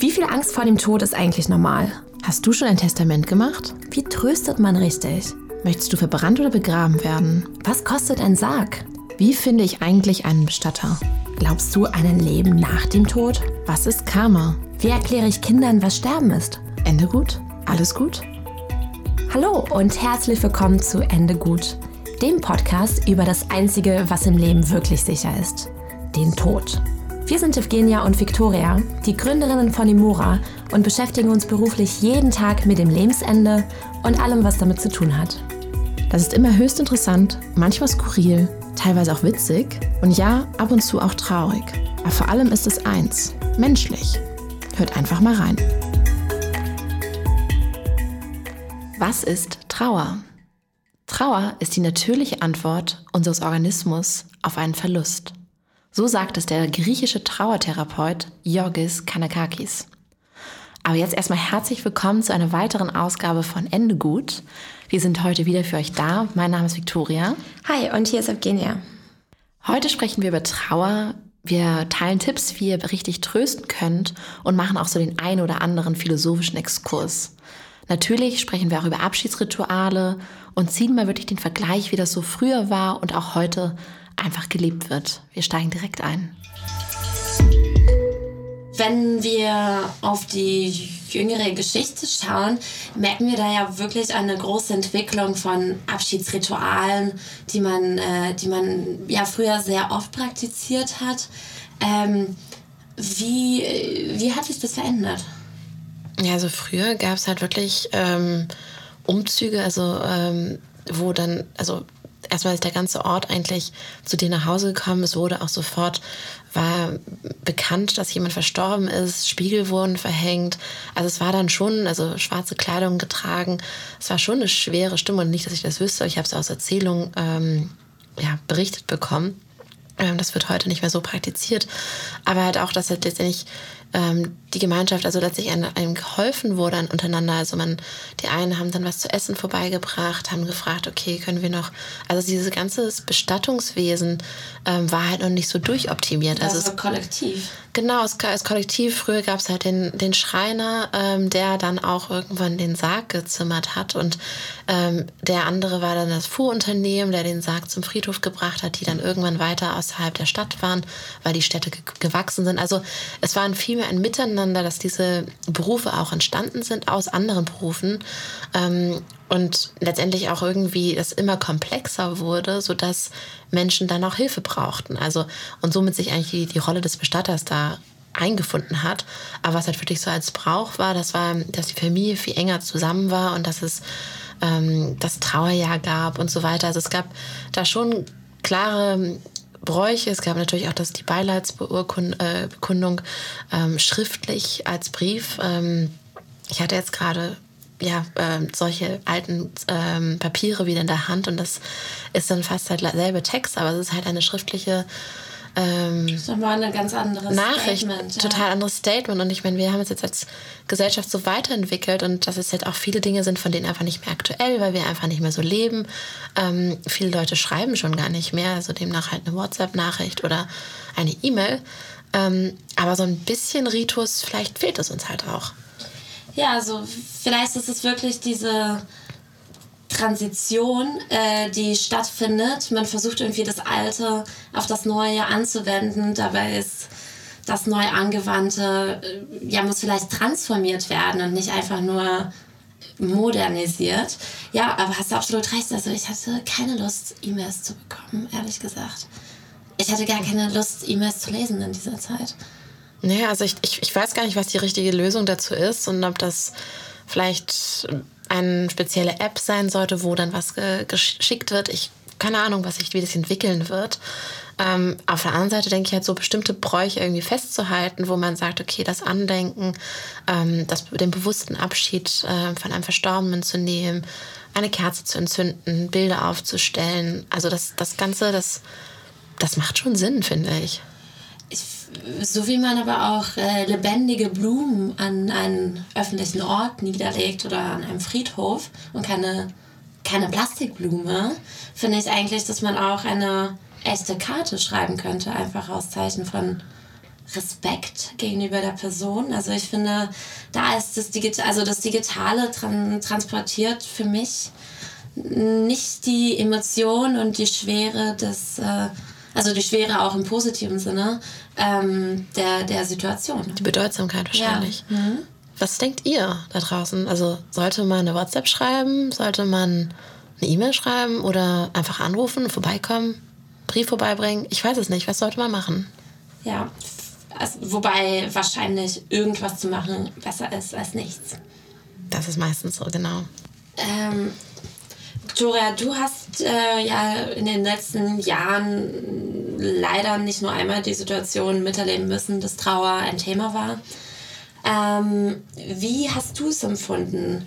Wie viel Angst vor dem Tod ist eigentlich normal? Hast du schon ein Testament gemacht? Wie tröstet man richtig? Möchtest du verbrannt oder begraben werden? Was kostet ein Sarg? Wie finde ich eigentlich einen Bestatter? Glaubst du an ein Leben nach dem Tod? Was ist Karma? Wie erkläre ich Kindern, was Sterben ist? Ende gut? Alles gut? Hallo und herzlich willkommen zu Ende gut, dem Podcast über das Einzige, was im Leben wirklich sicher ist: den Tod. Wir sind Evgenia und Viktoria, die Gründerinnen von Imora, und beschäftigen uns beruflich jeden Tag mit dem Lebensende und allem, was damit zu tun hat. Das ist immer höchst interessant, manchmal skurril, teilweise auch witzig und ja, ab und zu auch traurig. Aber vor allem ist es eins: menschlich. Hört einfach mal rein. Was ist Trauer? Trauer ist die natürliche Antwort unseres Organismus auf einen Verlust. So sagt es der griechische Trauertherapeut Yorgos Kanakakis. Aber jetzt erstmal herzlich willkommen zu einer weiteren Ausgabe von Ende gut. Wir sind heute wieder für euch da. Mein Name ist Viktoria. Hi, und hier ist Evgenia. Heute sprechen wir über Trauer. Wir teilen Tipps, wie ihr richtig trösten könnt, und machen auch so den einen oder anderen philosophischen Exkurs. Natürlich sprechen wir auch über Abschiedsrituale und ziehen mal wirklich den Vergleich, wie das so früher war und auch heute einfach gelebt wird. Wir steigen direkt ein. Wenn wir auf die jüngere Geschichte schauen, merken wir da ja wirklich eine große Entwicklung von Abschiedsritualen, die man ja früher sehr oft praktiziert hat. Wie hat sich das verändert? Ja, also früher gab es halt wirklich Umzüge, wo dann, erstmal ist der ganze Ort eigentlich zu dir nach Hause gekommen. Es wurde auch sofort, war bekannt, dass jemand verstorben ist. Spiegel wurden verhängt. Also es war dann schon, schwarze Kleidung getragen. Es war schon eine schwere Stimmung. Und nicht, dass ich das wüsste, aber ich habe es aus Erzählungen berichtet bekommen. Das wird heute nicht mehr so praktiziert. Aber halt auch, dass halt letztendlich die Gemeinschaft, letztlich einem geholfen wurde untereinander. Die einen haben dann was zu essen vorbeigebracht, haben gefragt, okay, können wir noch, dieses ganze Bestattungswesen war halt noch nicht so durchoptimiert. Also kollektiv. Genau, als Kollektiv. Früher gab es halt den Schreiner, der dann auch irgendwann den Sarg gezimmert hat, und der andere war dann das Fuhrunternehmen, der den Sarg zum Friedhof gebracht hat, die dann irgendwann weiter außerhalb der Stadt waren, weil die Städte gewachsen sind. Also es war vielmehr ein Miteinander, dass diese Berufe auch entstanden sind aus anderen Berufen, und letztendlich auch irgendwie es immer komplexer wurde, sodass Menschen dann auch Hilfe brauchten. Und somit sich eigentlich die Rolle des Bestatters da eingefunden hat. Aber was halt wirklich so als Brauch war, dass die Familie viel enger zusammen war und dass es das Trauerjahr gab und so weiter. Also es gab da schon klare Bräuche. Es gab natürlich auch die Beileidsbekundung schriftlich als Brief. Ich hatte jetzt gerade solche alten Papiere wieder in der Hand, und das ist dann fast halt derselbe Text, aber es ist halt eine schriftliche das ist nochmal eine ganz andere Nachricht, Statement, ja. Total anderes Statement. Und ich meine, wir haben uns jetzt als Gesellschaft so weiterentwickelt, und dass es jetzt auch viele Dinge sind, von denen einfach nicht mehr aktuell, weil wir einfach nicht mehr so leben. Viele Leute schreiben schon gar nicht mehr, demnach halt eine WhatsApp-Nachricht oder eine E-Mail. Aber so ein bisschen Ritus, vielleicht fehlt es uns halt auch. Ja, vielleicht ist es wirklich diese Transition, die stattfindet. Man versucht irgendwie das Alte auf das Neue anzuwenden. Dabei ist das neu Angewandte, muss vielleicht transformiert werden und nicht einfach nur modernisiert. Ja, aber hast du absolut recht. Ich hatte keine Lust, E-Mails zu bekommen, ehrlich gesagt. Ich hatte gar keine Lust, E-Mails zu lesen in dieser Zeit. Naja, ich weiß gar nicht, was die richtige Lösung dazu ist und ob das vielleicht eine spezielle App sein sollte, wo dann was geschickt wird. Keine Ahnung, wie das entwickeln wird. Auf der anderen Seite denke ich halt, so bestimmte Bräuche irgendwie festzuhalten, wo man sagt, okay, das Andenken, den bewussten Abschied von einem Verstorbenen zu nehmen, eine Kerze zu entzünden, Bilder aufzustellen. Also das Ganze, das macht schon Sinn, finde ich. So wie man aber auch lebendige Blumen an einen öffentlichen Ort niederlegt oder an einem Friedhof und keine Plastikblume, finde ich eigentlich, dass man auch eine echte Karte schreiben könnte, einfach aus Zeichen von Respekt gegenüber der Person. Also ich finde, da ist das Digitale transportiert für mich nicht die Emotion und die Schwere die Schwere auch im positiven Sinne der Situation. Die Bedeutsamkeit wahrscheinlich. Ja. Mhm. Was denkt ihr da draußen? Also sollte man eine WhatsApp schreiben? Sollte man eine E-Mail schreiben oder einfach anrufen, vorbeikommen, Brief vorbeibringen? Ich weiß es nicht. Was sollte man machen? Ja, also, wobei wahrscheinlich irgendwas zu machen besser ist als nichts. Das ist meistens so, genau. Victoria, du hast in den letzten Jahren leider nicht nur einmal die Situation miterleben müssen, dass Trauer ein Thema war. Wie hast du es empfunden?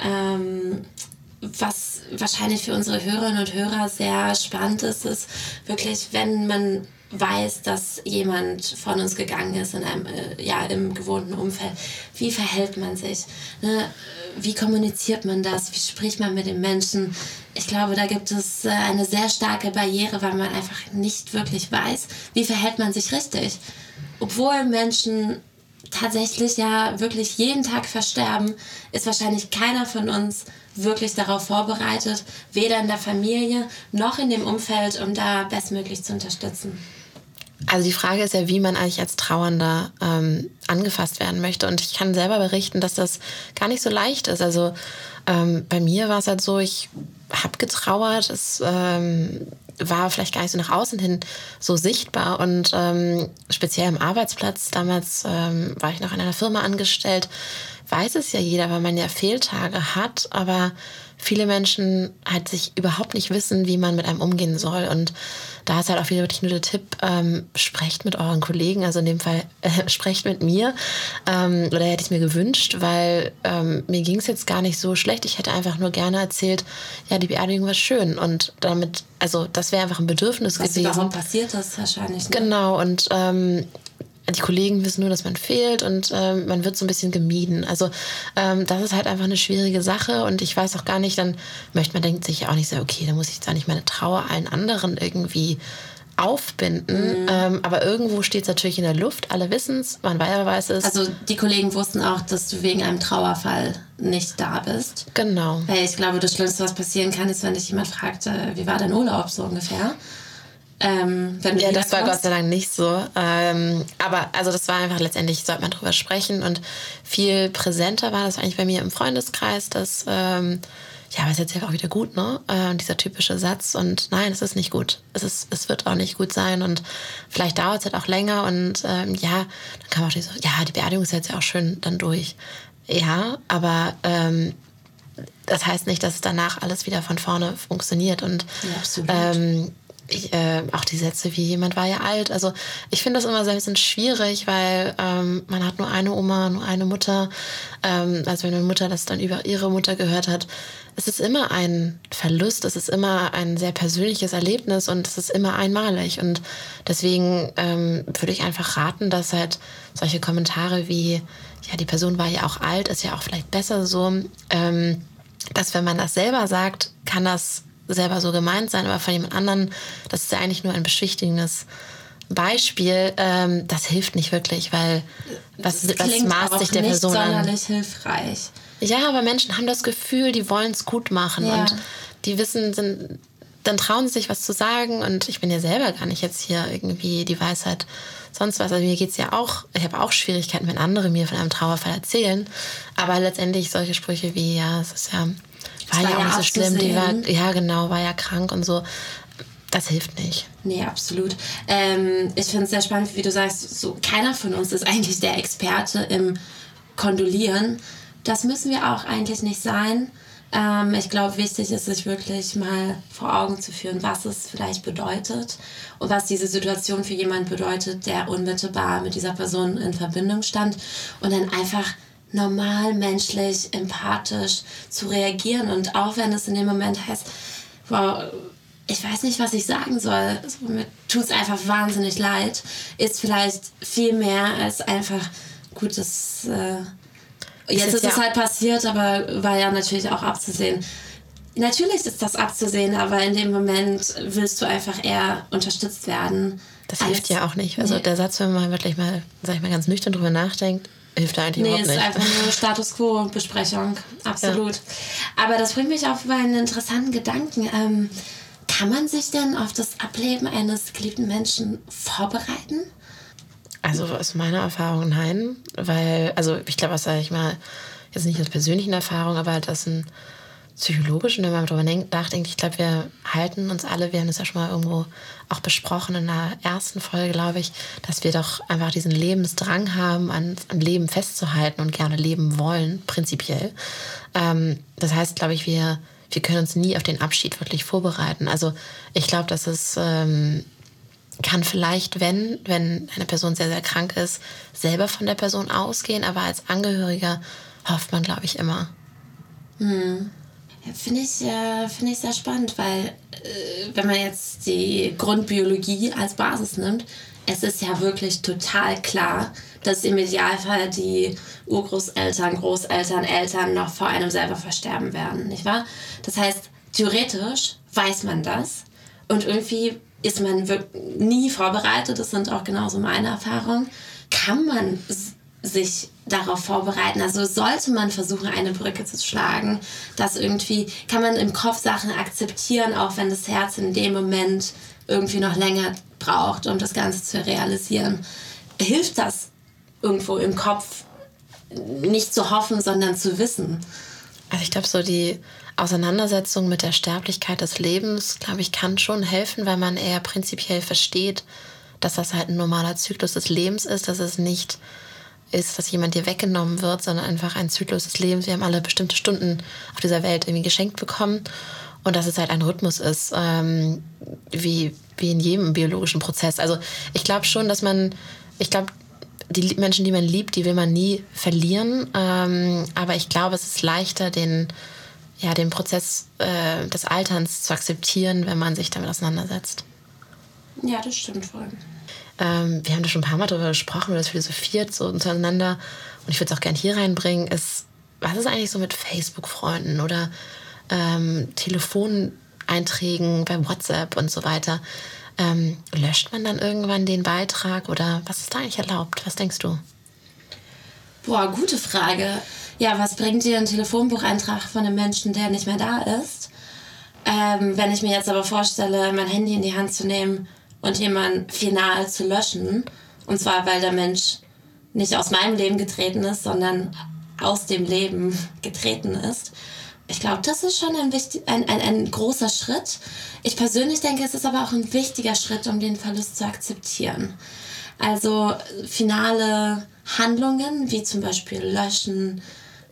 Was wahrscheinlich für unsere Hörerinnen und Hörer sehr spannend ist wirklich, wenn man weiß, dass jemand von uns gegangen ist in einem im gewohnten Umfeld. Wie verhält man sich? Ne? Wie kommuniziert man das? Wie spricht man mit den Menschen? Ich glaube, da gibt es eine sehr starke Barriere, weil man einfach nicht wirklich weiß, wie verhält man sich richtig. Obwohl Menschen tatsächlich ja wirklich jeden Tag versterben, ist wahrscheinlich keiner von uns wirklich darauf vorbereitet, weder in der Familie noch in dem Umfeld, um da bestmöglich zu unterstützen. Also die Frage ist ja, wie man eigentlich als Trauernder angefasst werden möchte. Und ich kann selber berichten, dass das gar nicht so leicht ist. Also bei mir war es halt so, ich habe getrauert. Es war vielleicht gar nicht so nach außen hin so sichtbar. Und speziell am Arbeitsplatz, damals war ich noch in einer Firma angestellt, weiß es ja jeder, weil man ja Fehltage hat. Aber viele Menschen halt sich überhaupt nicht wissen, wie man mit einem umgehen soll. Und da ist halt auch wieder wirklich nur der Tipp, sprecht mit euren Kollegen, also in dem Fall sprecht mit mir. Oder hätte ich es mir gewünscht, weil mir ging es jetzt gar nicht so schlecht. Ich hätte einfach nur gerne erzählt, ja, die Beerdigung war schön. Und damit, also das wäre einfach ein Bedürfnis gewesen. Was überhaupt passiert ist wahrscheinlich. Ne? Genau, und die Kollegen wissen nur, dass man fehlt und man wird so ein bisschen gemieden. Also das ist halt einfach eine schwierige Sache und ich weiß auch gar nicht, man denkt sich ja auch nicht so, okay, dann muss ich jetzt auch nicht meine Trauer allen anderen irgendwie aufbinden. Aber irgendwo steht es natürlich in der Luft, alle wissen es, man weiß es. Also die Kollegen wussten auch, dass du wegen einem Trauerfall nicht da bist. Genau. Weil ich glaube, das Schlimmste, was passieren kann, ist, wenn dich jemand fragt, wie war dein Urlaub so ungefähr. Das war Gott sei Dank nicht so. Aber also das war einfach letztendlich, sollte man drüber sprechen. Und viel präsenter war das eigentlich bei mir im Freundeskreis, dass, aber es ist jetzt ja auch wieder gut, ne? Dieser typische Satz. Und nein, es ist nicht gut. Es wird auch nicht gut sein. Und vielleicht dauert es halt auch länger. Und dann kann man auch so, ja, die Beerdigung ist jetzt ja auch schön dann durch. Ja, aber das heißt nicht, dass danach alles wieder von vorne funktioniert. Und ja, absolut. Auch die Sätze wie, jemand war ja alt. Also ich finde das immer so ein bisschen schwierig, weil man hat nur eine Oma, nur eine Mutter. Also wenn eine Mutter das dann über ihre Mutter gehört hat, es ist immer ein Verlust, es ist immer ein sehr persönliches Erlebnis und es ist immer einmalig. Und deswegen würde ich einfach raten, dass halt solche Kommentare wie, ja, die Person war ja auch alt, ist ja auch vielleicht besser so, dass wenn man das selber sagt, kann das selber so gemeint sein, aber von jemand anderen, das ist ja eigentlich nur ein beschwichtigendes Beispiel, das hilft nicht wirklich, weil was maßt sich der Person an? Das klingt sonderlich hilfreich. Ja, aber Menschen haben das Gefühl, die wollen es gut machen und die wissen, dann trauen sie sich was zu sagen und ich bin ja selber gar nicht jetzt hier irgendwie die Weisheit, sonst was. Also mir geht's ja auch, ich habe auch Schwierigkeiten, wenn andere mir von einem Trauerfall erzählen, aber letztendlich solche Sprüche wie, ja, es ist ja war ja auch nicht so schlimm, die war ja krank und so. Das hilft nicht. Nee, absolut. Ich finde es sehr spannend, wie du sagst, so keiner von uns ist eigentlich der Experte im Kondolieren. Das müssen wir auch eigentlich nicht sein. Ich glaube, wichtig ist, sich wirklich mal vor Augen zu führen, was es vielleicht bedeutet und was diese Situation für jemanden bedeutet, der unmittelbar mit dieser Person in Verbindung stand und dann einfach normal, menschlich, empathisch zu reagieren. Und auch wenn es in dem Moment heißt, wow, ich weiß nicht, was ich sagen soll, also, mir tut es einfach wahnsinnig leid, ist vielleicht viel mehr als einfach, gut, das jetzt ist es halt passiert, aber war ja natürlich auch abzusehen. Natürlich ist das abzusehen, aber in dem Moment willst du einfach eher unterstützt werden, Das hilft ja auch nicht. Also der Satz, wenn man wirklich mal, sag ich mal, ganz nüchtern drüber nachdenkt, hilft da eigentlich überhaupt nicht. Nee, ist einfach nur Status Quo-Besprechung. Absolut. Ja. Aber das bringt mich auf einen interessanten Gedanken. Kann man sich denn auf das Ableben eines geliebten Menschen vorbereiten? Also aus meiner Erfahrung nein. Weil, also ich glaube, was sage ich mal, jetzt nicht aus persönlichen Erfahrungen, aber halt aus einem psychologischen, wenn man darüber nachdenkt, ich glaube, wir halten uns alle, wir haben das ja schon mal irgendwo auch besprochen in der ersten Folge, glaube ich, dass wir doch einfach diesen Lebensdrang haben, an Leben festzuhalten und gerne leben wollen, prinzipiell. Das heißt, glaube ich, wir können uns nie auf den Abschied wirklich vorbereiten. Also ich glaube, dass es kann vielleicht, wenn eine Person sehr, sehr krank ist, selber von der Person ausgehen, aber als Angehöriger hofft man, glaube ich, immer. Finde ich sehr spannend, weil wenn man jetzt die Grundbiologie als Basis nimmt, es ist ja wirklich total klar, dass im Idealfall die Urgroßeltern, Großeltern, Eltern noch vor einem selber versterben werden, nicht wahr? Das heißt, theoretisch weiß man das und irgendwie ist man nie vorbereitet, das sind auch genauso meine Erfahrungen. Kann man sich darauf vorbereiten? Also sollte man versuchen, eine Brücke zu schlagen, dass irgendwie, kann man im Kopf Sachen akzeptieren, auch wenn das Herz in dem Moment irgendwie noch länger braucht, um das Ganze zu realisieren. Hilft das irgendwo im Kopf, nicht zu hoffen, sondern zu wissen? Also ich glaube, so die Auseinandersetzung mit der Sterblichkeit des Lebens, glaube ich, kann schon helfen, weil man eher prinzipiell versteht, dass das halt ein normaler Zyklus des Lebens ist, dass es nicht ist, dass jemand dir weggenommen wird, sondern einfach ein Zyklus des Lebens. Wir haben alle bestimmte Stunden auf dieser Welt irgendwie geschenkt bekommen und dass es halt ein Rhythmus ist, wie in jedem biologischen Prozess. Also ich glaube schon, dass die Menschen, die man liebt, die will man nie verlieren, aber ich glaube, es ist leichter, den Prozess des Alterns zu akzeptieren, wenn man sich damit auseinandersetzt. Ja, das stimmt voll. Wir haben da schon ein paar Mal drüber gesprochen, oder das philosophiert so untereinander. Und ich würde es auch gerne hier reinbringen, was ist eigentlich so mit Facebook-Freunden oder Telefoneinträgen bei WhatsApp und so weiter? Löscht man dann irgendwann den Beitrag oder was ist da eigentlich erlaubt? Was denkst du? Boah, gute Frage. Ja, was bringt dir ein Telefonbucheintrag von einem Menschen, der nicht mehr da ist? Wenn ich mir jetzt aber vorstelle, mein Handy in die Hand zu nehmen und jemanden final zu löschen, und zwar, weil der Mensch nicht aus meinem Leben getreten ist, sondern aus dem Leben getreten ist. Ich glaube, das ist schon ein großer Schritt. Ich persönlich denke, es ist aber auch ein wichtiger Schritt, um den Verlust zu akzeptieren. Also finale Handlungen, wie zum Beispiel löschen,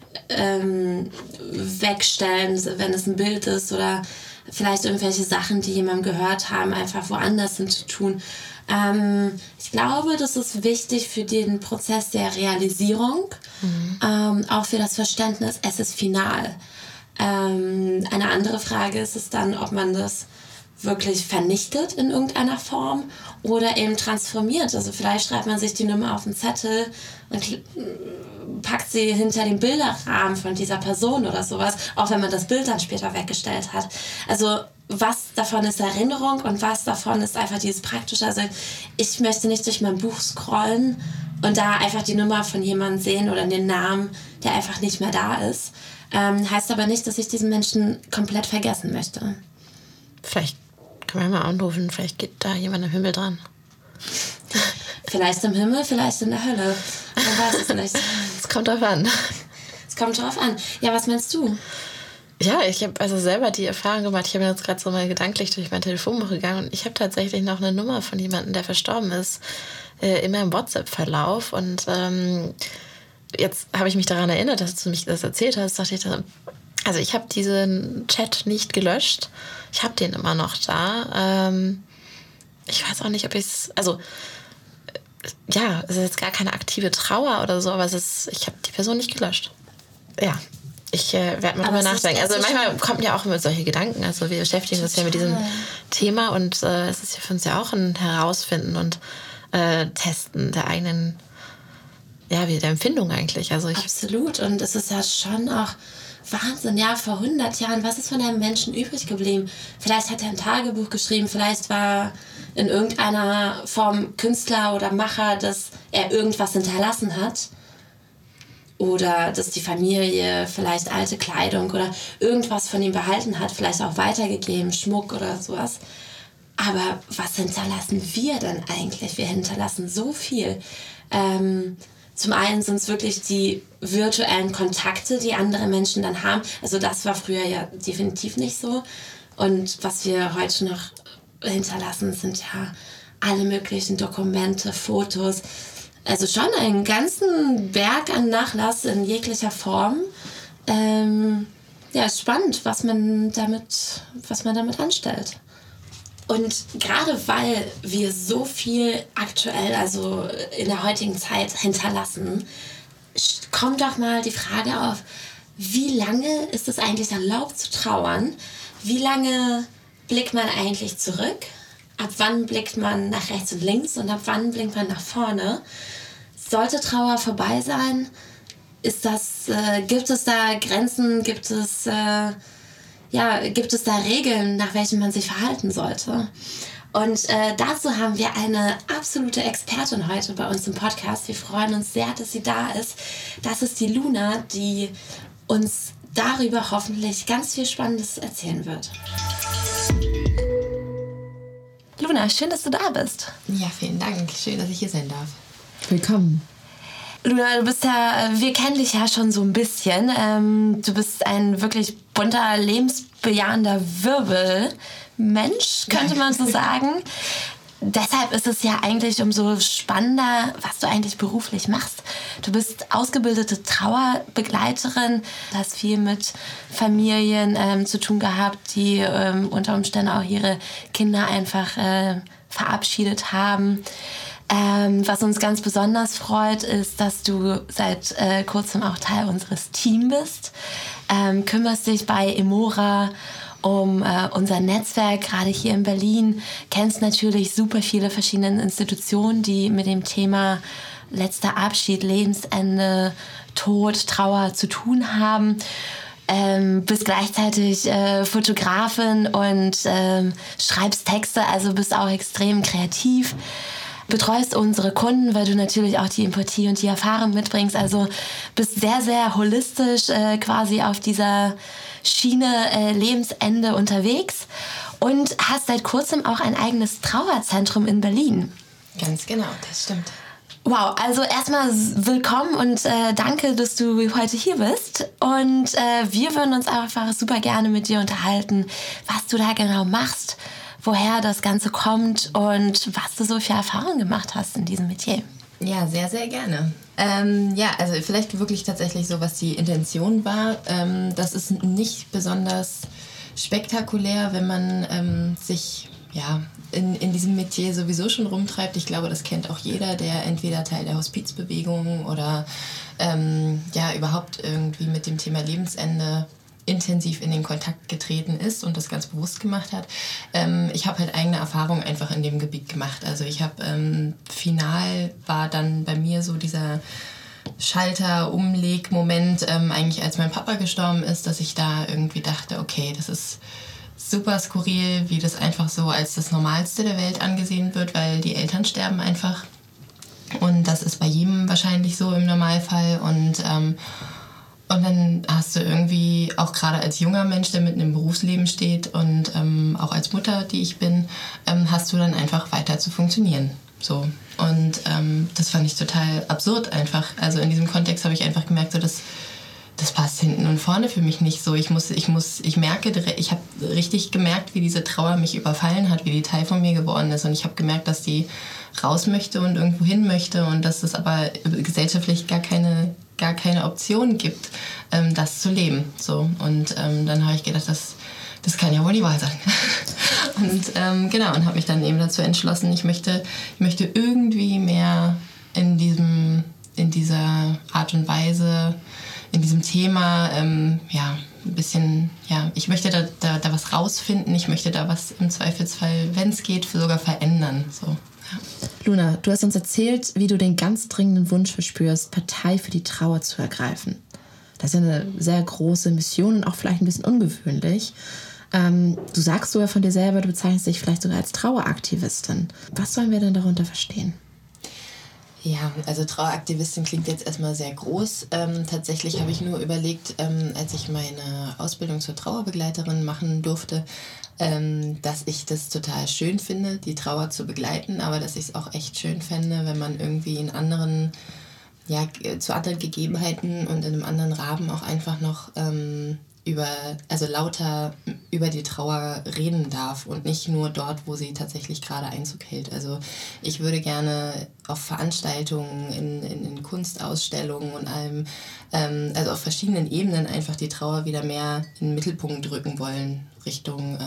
wegstellen, wenn es ein Bild ist, oder vielleicht irgendwelche Sachen, die jemandem gehört haben, einfach woanders hin zu tun. Ich glaube, das ist wichtig für den Prozess der Realisierung, auch für das Verständnis, es ist final. Eine andere Frage ist es dann, ob man das wirklich vernichtet in irgendeiner Form oder eben transformiert. Also vielleicht schreibt man sich die Nummer auf den Zettel und packt sie hinter den Bilderrahmen von dieser Person oder sowas, auch wenn man das Bild dann später weggestellt hat. Also was davon ist Erinnerung und was davon ist einfach dieses Praktische. Also ich möchte nicht durch mein Buch scrollen und da einfach die Nummer von jemandem sehen oder den Namen, der einfach nicht mehr da ist. Heißt aber nicht, dass ich diesen Menschen komplett vergessen möchte. Vielleicht können wir mal anrufen, vielleicht geht da jemand im Himmel dran. Vielleicht im Himmel, vielleicht in der Hölle. Man weiß es nicht. Es kommt drauf an. Es kommt drauf an. Ja, was meinst du? Ja, ich habe also selber die Erfahrung gemacht. Ich habe jetzt gerade so mal gedanklich durch mein Telefonbuch gegangen und ich habe tatsächlich noch eine Nummer von jemandem, der verstorben ist, in meinem WhatsApp-Verlauf. Und jetzt habe ich mich daran erinnert, dass du mich das erzählt hast. Dachte ich, also ich habe diesen Chat nicht gelöscht. Ich habe den immer noch da. Ich weiß auch nicht, ob ich es... Also, ja, es ist jetzt gar keine aktive Trauer oder so, aber ich habe die Person nicht gelöscht. Ja, ich werde mal drüber nachdenken. Also manchmal kommt ja auch mit solche Gedanken. Also wir beschäftigen uns ja mit diesem Thema und es ist ja für uns ja auch ein Herausfinden und Testen der eigenen, ja, wie der Empfindung eigentlich. Also Absolut. Und es ist ja schon auch Wahnsinn, ja, vor 100 Jahren, was ist von einem Menschen übrig geblieben? Vielleicht hat er ein Tagebuch geschrieben, vielleicht war in irgendeiner Form Künstler oder Macher, dass er irgendwas hinterlassen hat. Oder dass die Familie vielleicht alte Kleidung oder irgendwas von ihm behalten hat, vielleicht auch weitergegeben, Schmuck oder sowas. Aber was hinterlassen wir denn eigentlich? Wir hinterlassen so viel. Zum einen sind es wirklich die virtuellen Kontakte, die andere Menschen dann haben. Also das war früher ja definitiv nicht so. Und was wir heute noch hinterlassen, sind ja alle möglichen Dokumente, Fotos. Also schon einen ganzen Berg an Nachlass in jeglicher Form. Ja, ist spannend, was man damit anstellt. Und gerade weil wir so viel aktuell, also in der heutigen Zeit hinterlassen, kommt doch mal die Frage auf, wie lange ist es eigentlich erlaubt zu trauern? Wie lange blickt man eigentlich zurück? Ab wann blickt man nach rechts und links und ab wann blickt man nach vorne? Sollte Trauer vorbei sein? Gibt es da Grenzen? Gibt es da Regeln, nach welchen man sich verhalten sollte? Und dazu haben wir eine absolute Expertin heute bei uns im Podcast. Wir freuen uns sehr, dass sie da ist. Das ist die Luna, die uns darüber hoffentlich ganz viel Spannendes erzählen wird. Luna, schön, dass du da bist. Ja, vielen Dank. Schön, dass ich hier sein darf. Willkommen. Luna, wir kennen dich ja schon so ein bisschen. Du bist ein wirklich bunter, lebensbejahender Wirbelmensch, könnte man so sagen. Deshalb ist es ja eigentlich umso spannender, was du eigentlich beruflich machst. Du bist ausgebildete Trauerbegleiterin, hast viel mit Familien zu tun gehabt, die unter Umständen auch ihre Kinder einfach verabschiedet haben. Was uns ganz besonders freut, ist, dass du seit kurzem auch Teil unseres Teams bist. Kümmerst dich bei Emora um unser Netzwerk, gerade hier in Berlin. Kennst natürlich super viele verschiedene Institutionen, die mit dem Thema letzter Abschied, Lebensende, Tod, Trauer zu tun haben. Bist gleichzeitig Fotografin und schreibst Texte, also bist auch extrem kreativ. Betreust unsere Kunden, weil du natürlich auch die Empathie und die Erfahrung mitbringst. Also bist sehr, sehr holistisch quasi auf dieser Schiene Lebensende unterwegs und hast seit kurzem auch ein eigenes Trauerzentrum in Berlin. Ganz genau, das stimmt. Wow, also erstmal willkommen und danke, dass du heute hier bist. Und wir würden uns einfach super gerne mit dir unterhalten, was du da genau machst, woher das Ganze kommt und was du so für Erfahrungen gemacht hast in diesem Metier. Ja, sehr, sehr gerne. Also vielleicht wirklich tatsächlich so, was die Intention war. Das ist nicht besonders spektakulär, wenn man sich in diesem Metier sowieso schon rumtreibt. Ich glaube, das kennt auch jeder, der entweder Teil der Hospizbewegung oder überhaupt irgendwie mit dem Thema Lebensende intensiv in den Kontakt getreten ist und das ganz bewusst gemacht hat. Ich habe halt eigene Erfahrungen einfach in dem Gebiet gemacht. Also ich habe final war dann bei mir so dieser Schalter-Umleg-Moment, eigentlich als mein Papa gestorben ist, dass ich da irgendwie dachte, okay, das ist super skurril, wie das einfach so als das Normalste der Welt angesehen wird, weil die Eltern sterben einfach. Und das ist bei jedem wahrscheinlich so im Normalfall. Und dann hast du irgendwie, auch gerade als junger Mensch, der mitten im Berufsleben steht und auch als Mutter, die ich bin, hast du dann einfach weiter zu funktionieren. So. Und das fand ich total absurd einfach. Also in diesem Kontext habe ich einfach gemerkt, so das passt hinten und vorne für mich nicht so. Ich habe richtig gemerkt, wie diese Trauer mich überfallen hat, wie die Teil von mir geworden ist. Und ich habe gemerkt, dass die raus möchte und irgendwo hin möchte und dass es aber gesellschaftlich gar keine Option gibt, das zu leben. So. Und dann habe ich gedacht, das kann ja wohl die Wahl sein. Und und habe mich dann eben dazu entschlossen, ich möchte irgendwie mehr in dieser Art und Weise, in diesem Thema, ein bisschen, ich möchte da was rausfinden, ich möchte da was im Zweifelsfall, wenn es geht, sogar verändern. So. Ja. Luna, du hast uns erzählt, wie du den ganz dringenden Wunsch verspürst, Partei für die Trauer zu ergreifen. Das ist ja eine sehr große Mission und auch vielleicht ein bisschen ungewöhnlich. Du sagst sogar von dir selber, du bezeichnest dich vielleicht sogar als Traueraktivistin. Was sollen wir denn darunter verstehen? Ja, also Traueraktivistin klingt jetzt erstmal sehr groß. Tatsächlich habe ich nur überlegt, als ich meine Ausbildung zur Trauerbegleiterin machen durfte, dass ich das total schön finde, die Trauer zu begleiten, aber dass ich es auch echt schön fände, wenn man irgendwie in anderen, zu anderen Gegebenheiten und in einem anderen Rahmen auch einfach noch lauter über die Trauer reden darf und nicht nur dort, wo sie tatsächlich gerade Einzug hält. Also ich würde gerne auf Veranstaltungen, in Kunstausstellungen und allem, also auf verschiedenen Ebenen einfach die Trauer wieder mehr in den Mittelpunkt rücken wollen, Richtung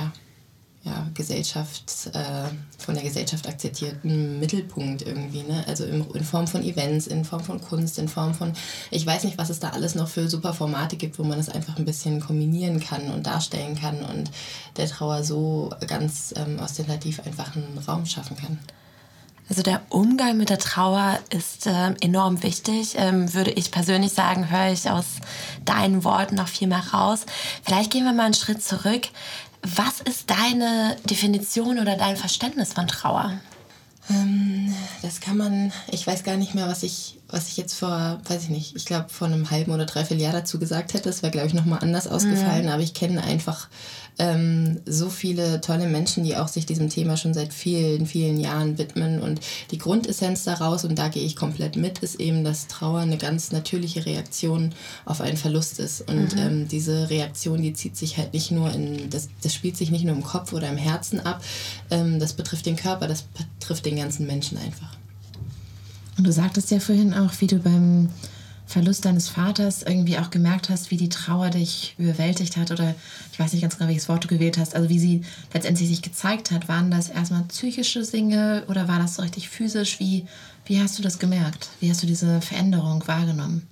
von der Gesellschaft akzeptierten Mittelpunkt irgendwie, ne? Also in Form von Events, in Form von Kunst, in Form von, ich weiß nicht, was es da alles noch für super Formate gibt, wo man das einfach ein bisschen kombinieren kann und darstellen kann und der Trauer so ganz ostentativ einfach einen Raum schaffen kann. Also der Umgang mit der Trauer ist enorm wichtig, würde ich persönlich sagen, höre ich aus deinen Worten noch viel mehr raus. Vielleicht gehen wir mal einen Schritt zurück. Was ist deine Definition oder dein Verständnis von Trauer? Das kann man, ich weiß gar nicht mehr, was ich jetzt ich glaube vor einem halben oder dreiviertel Jahr dazu gesagt hätte. Das wäre, glaube ich, nochmal anders ausgefallen. Aber ich kenne einfach so viele tolle Menschen, die auch sich diesem Thema schon seit vielen, vielen Jahren widmen. Und die Grundessenz daraus, und da gehe ich komplett mit, ist eben, dass Trauer eine ganz natürliche Reaktion auf einen Verlust ist. Und diese Reaktion, die zieht sich halt nicht nur das spielt sich nicht nur im Kopf oder im Herzen ab. Das betrifft den Körper, das betrifft den ganzen Menschen einfach. Und du sagtest ja vorhin auch, wie du beim Verlust deines Vaters irgendwie auch gemerkt hast, wie die Trauer dich überwältigt hat, oder ich weiß nicht ganz genau, welches Wort du gewählt hast, also wie sie letztendlich sich gezeigt hat. Waren das erstmal psychische Dinge oder war das so richtig physisch? Wie hast du das gemerkt? Wie hast du diese Veränderung wahrgenommen?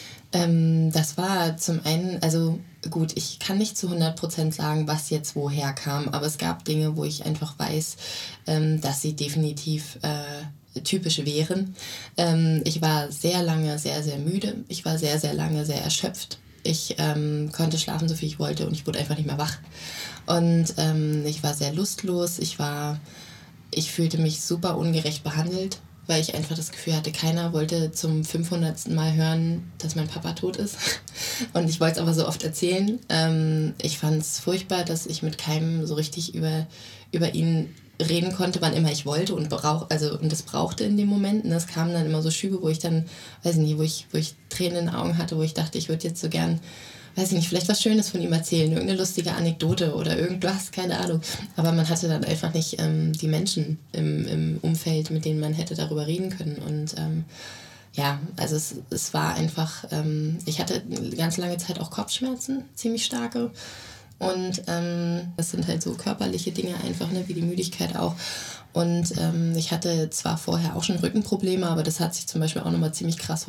Das war zum einen, also gut, ich kann nicht zu 100% sagen, was jetzt woher kam, aber es gab Dinge, wo ich einfach weiß, dass sie definitiv typisch wären. Ich war sehr lange sehr, sehr müde. Ich war sehr, sehr lange sehr erschöpft. Ich konnte schlafen, so viel ich wollte, und ich wurde einfach nicht mehr wach. Und ich war sehr lustlos. Ich fühlte mich super ungerecht behandelt, weil ich einfach das Gefühl hatte, keiner wollte zum 500. Mal hören, dass mein Papa tot ist. Und ich wollte es aber so oft erzählen. Ich fand es furchtbar, dass ich mit keinem so richtig über ihn reden konnte, wann immer ich wollte und das brauchte in dem Moment. Und es kamen dann immer so Schübe, wo ich dann, weiß nicht, wo ich Tränen in den Augen hatte, wo ich dachte, ich würde jetzt so gern, weiß ich nicht, vielleicht was Schönes von ihm erzählen, irgendeine lustige Anekdote oder irgendwas, keine Ahnung. Aber man hatte dann einfach nicht die Menschen im Umfeld, mit denen man hätte darüber reden können. Und also es war einfach, ich hatte ganz lange Zeit auch Kopfschmerzen, ziemlich starke. Und das sind halt so körperliche Dinge einfach, ne, wie die Müdigkeit auch. Und ich hatte zwar vorher auch schon Rückenprobleme, aber das hat sich zum Beispiel auch nochmal ziemlich krass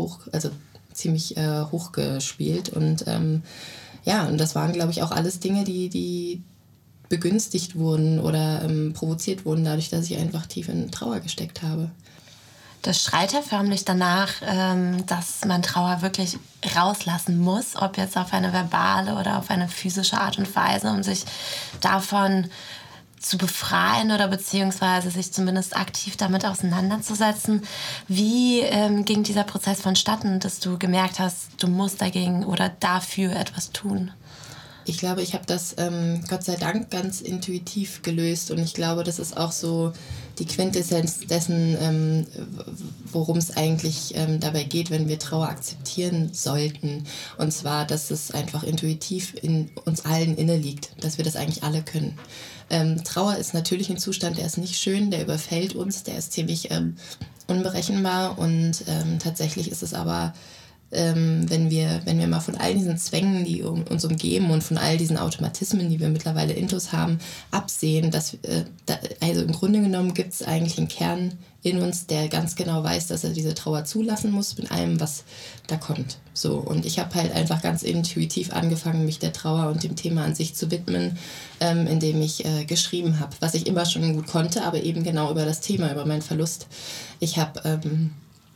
hochgespielt. Und und das waren, glaube ich, auch alles Dinge, die begünstigt wurden oder provoziert wurden, dadurch, dass ich einfach tief in Trauer gesteckt habe. Das schreit ja förmlich danach, dass man Trauer wirklich rauslassen muss, ob jetzt auf eine verbale oder auf eine physische Art und Weise, um sich davon zu befreien oder beziehungsweise sich zumindest aktiv damit auseinanderzusetzen. Wie ging dieser Prozess vonstatten, dass du gemerkt hast, du musst dagegen oder dafür etwas tun? Ich glaube, ich habe das Gott sei Dank ganz intuitiv gelöst, und ich glaube, das ist auch so die Quintessenz dessen, worum es eigentlich dabei geht, wenn wir Trauer akzeptieren sollten. Und zwar, dass es einfach intuitiv in uns allen inne liegt, dass wir das eigentlich alle können. Trauer ist natürlich ein Zustand, der ist nicht schön, der überfällt uns, der ist ziemlich unberechenbar, und tatsächlich ist es aber, wenn wir mal von all diesen Zwängen, die uns umgeben, und von all diesen Automatismen, die wir mittlerweile intus haben, absehen, dass also im Grunde genommen gibt es eigentlich einen Kern in uns, der ganz genau weiß, dass er diese Trauer zulassen muss mit allem, was da kommt. So, und ich habe halt einfach ganz intuitiv angefangen, mich der Trauer und dem Thema an sich zu widmen, indem ich geschrieben habe, was ich immer schon gut konnte, aber eben genau über das Thema, über meinen Verlust. Ich habe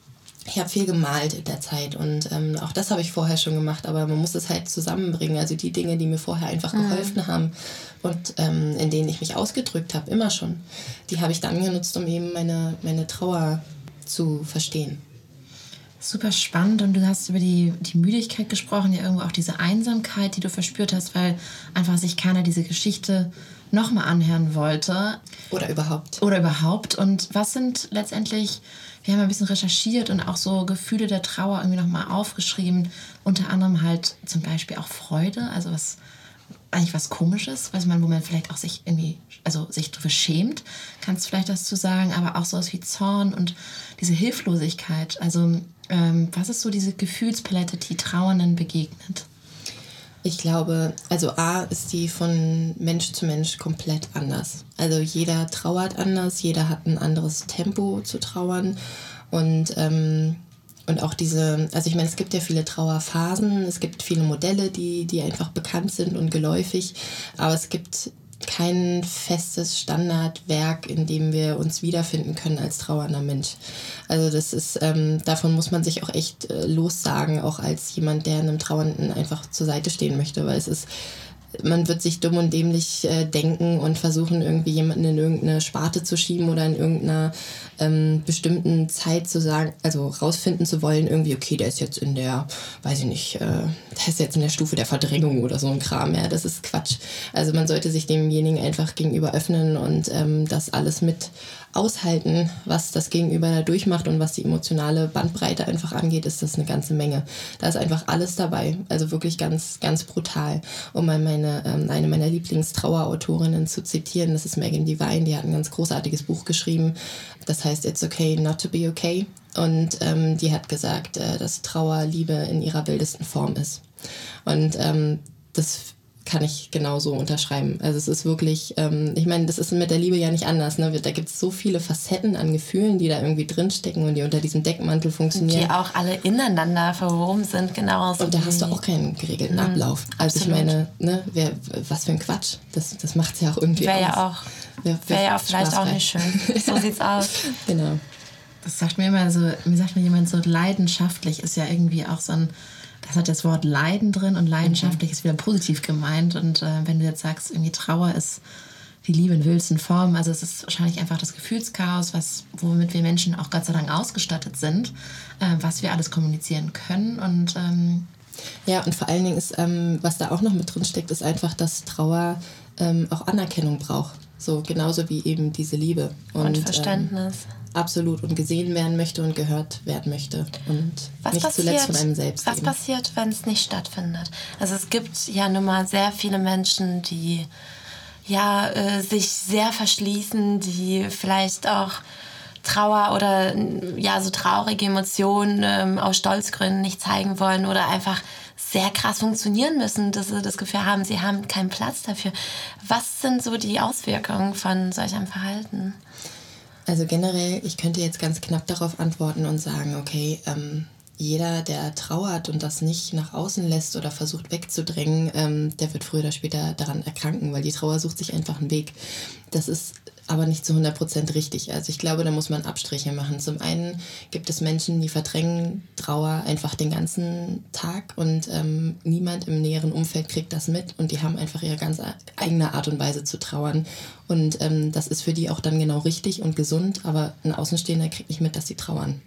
Ich habe viel gemalt in der Zeit und auch das habe ich vorher schon gemacht, aber man muss es halt zusammenbringen. Also die Dinge, die mir vorher einfach geholfen haben und in denen ich mich ausgedrückt habe, immer schon, die habe ich dann genutzt, um eben meine Trauer zu verstehen. Super spannend, und du hast über die Müdigkeit gesprochen, ja irgendwo auch diese Einsamkeit, die du verspürt hast, weil einfach sich keiner diese Geschichte nochmal anhören wollte. Oder überhaupt. Und was sind letztendlich, wir haben ein bisschen recherchiert und auch so Gefühle der Trauer irgendwie nochmal aufgeschrieben, unter anderem halt zum Beispiel auch Freude, also was Komisches, wo man vielleicht auch sich irgendwie, also sich drüber schämt, kannst du vielleicht das zu sagen, aber auch sowas wie Zorn und diese Hilflosigkeit. Also was ist so diese Gefühlspalette, die Trauernden begegnet? Ich glaube, also A ist die von Mensch zu Mensch komplett anders. Also jeder trauert anders, jeder hat ein anderes Tempo zu trauern und auch also ich meine, es gibt ja viele Trauerphasen, es gibt viele Modelle, die einfach bekannt sind und geläufig, aber es gibt kein festes Standardwerk, in dem wir uns wiederfinden können als trauernder Mensch. Also das ist, davon muss man sich auch echt lossagen, auch als jemand, der einem Trauernden einfach zur Seite stehen möchte, weil man wird sich dumm und dämlich denken und versuchen, irgendwie jemanden in irgendeine Sparte zu schieben oder in irgendeiner bestimmten Zeit zu sagen, also rausfinden zu wollen, irgendwie, okay, der ist jetzt in der, weiß ich nicht, der ist jetzt in der Stufe der Verdrängung oder so ein Kram. Ja, das ist Quatsch. Also man sollte sich demjenigen einfach gegenüber öffnen und das alles mit aushalten, was das Gegenüber da durchmacht, und was die emotionale Bandbreite einfach angeht, ist das eine ganze Menge. Da ist einfach alles dabei, also wirklich ganz, ganz brutal. Um mal eine meiner Lieblingstrauerautorinnen zu zitieren, das ist Megan Devine, die hat ein ganz großartiges Buch geschrieben, das heißt It's Okay Not to Be Okay, und die hat gesagt, dass Trauer Liebe in ihrer wildesten Form ist. Und das kann ich genauso unterschreiben. Also es ist wirklich, ich meine, das ist mit der Liebe ja nicht anders. Ne? Da gibt es so viele Facetten an Gefühlen, die da irgendwie drinstecken und die unter diesem Deckmantel funktionieren. Die auch alle ineinander verwoben sind, genauso. Und da hast du auch keinen geregelten Ablauf. Also absolut. Ich meine, ne, was für ein Quatsch. Das macht es ja auch irgendwie Wäre aus. Wäre ja auch vielleicht auch nicht schön. So sieht's aus. Genau. Das sagt mir immer so, jemand so, leidenschaftlich ist ja irgendwie auch so ein, das hat das Wort Leiden drin, und leidenschaftlich ist wieder positiv gemeint. Und wenn du jetzt sagst, irgendwie Trauer ist die Liebe in wildsten Formen, also es ist wahrscheinlich einfach das Gefühlschaos, womit wir Menschen auch Gott sei Dank ausgestattet sind, was wir alles kommunizieren können. Und ja, und vor allen Dingen ist, was da auch noch mit drin steckt, ist einfach, dass Trauer auch Anerkennung braucht. So genauso wie eben diese Liebe. Und Verständnis. Absolut, und gesehen werden möchte und gehört werden möchte. Und zuletzt von einem selbst. Was passiert, wenn es nicht stattfindet? Also es gibt ja nun mal sehr viele Menschen, die sich sehr verschließen, die vielleicht auch Trauer oder so traurige Emotionen aus Stolzgründen nicht zeigen wollen oder einfach sehr krass funktionieren müssen, dass sie das Gefühl haben, sie haben keinen Platz dafür. Was sind so die Auswirkungen von solch einem Verhalten? Also generell, ich könnte jetzt ganz knapp darauf antworten und sagen, okay, jeder, der trauert und das nicht nach außen lässt oder versucht wegzudrängen, der wird früher oder später daran erkranken, weil die Trauer sucht sich einfach einen Weg. Das ist aber nicht zu 100% richtig. Also ich glaube, da muss man Abstriche machen. Zum einen gibt es Menschen, die verdrängen Trauer einfach den ganzen Tag und niemand im näheren Umfeld kriegt das mit, und die haben einfach ihre ganz eigene Art und Weise zu trauern. Und das ist für die auch dann genau richtig und gesund, aber ein Außenstehender kriegt nicht mit, dass sie trauern.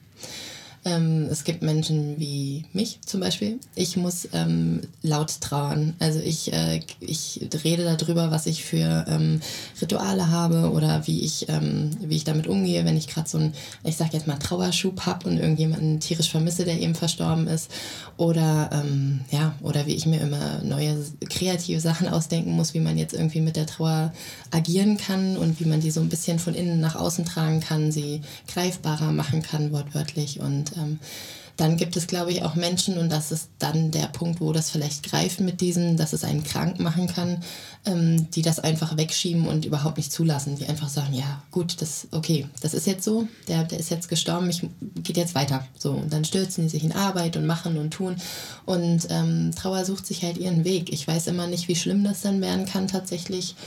Es gibt Menschen wie mich zum Beispiel. Ich muss laut trauern. Also ich rede darüber, was ich für Rituale habe oder wie ich damit umgehe, wenn ich gerade so einen, ich sag jetzt mal, Trauerschub habe und irgendjemanden tierisch vermisse, der eben verstorben ist. Oder wie ich mir immer neue kreative Sachen ausdenken muss, wie man jetzt irgendwie mit der Trauer agieren kann und wie man die so ein bisschen von innen nach außen tragen kann, sie greifbarer machen kann, wortwörtlich. Und dann gibt es, glaube ich, auch Menschen, und das ist dann der Punkt, wo das vielleicht greift mit diesem, dass es einen krank machen kann, die das einfach wegschieben und überhaupt nicht zulassen, die einfach sagen, ja gut, das ist jetzt so, der ist jetzt gestorben, geht jetzt weiter. So, und dann stürzen die sich in Arbeit und machen und tun, und Trauer sucht sich halt ihren Weg. Ich weiß immer nicht, wie schlimm das dann werden kann tatsächlich.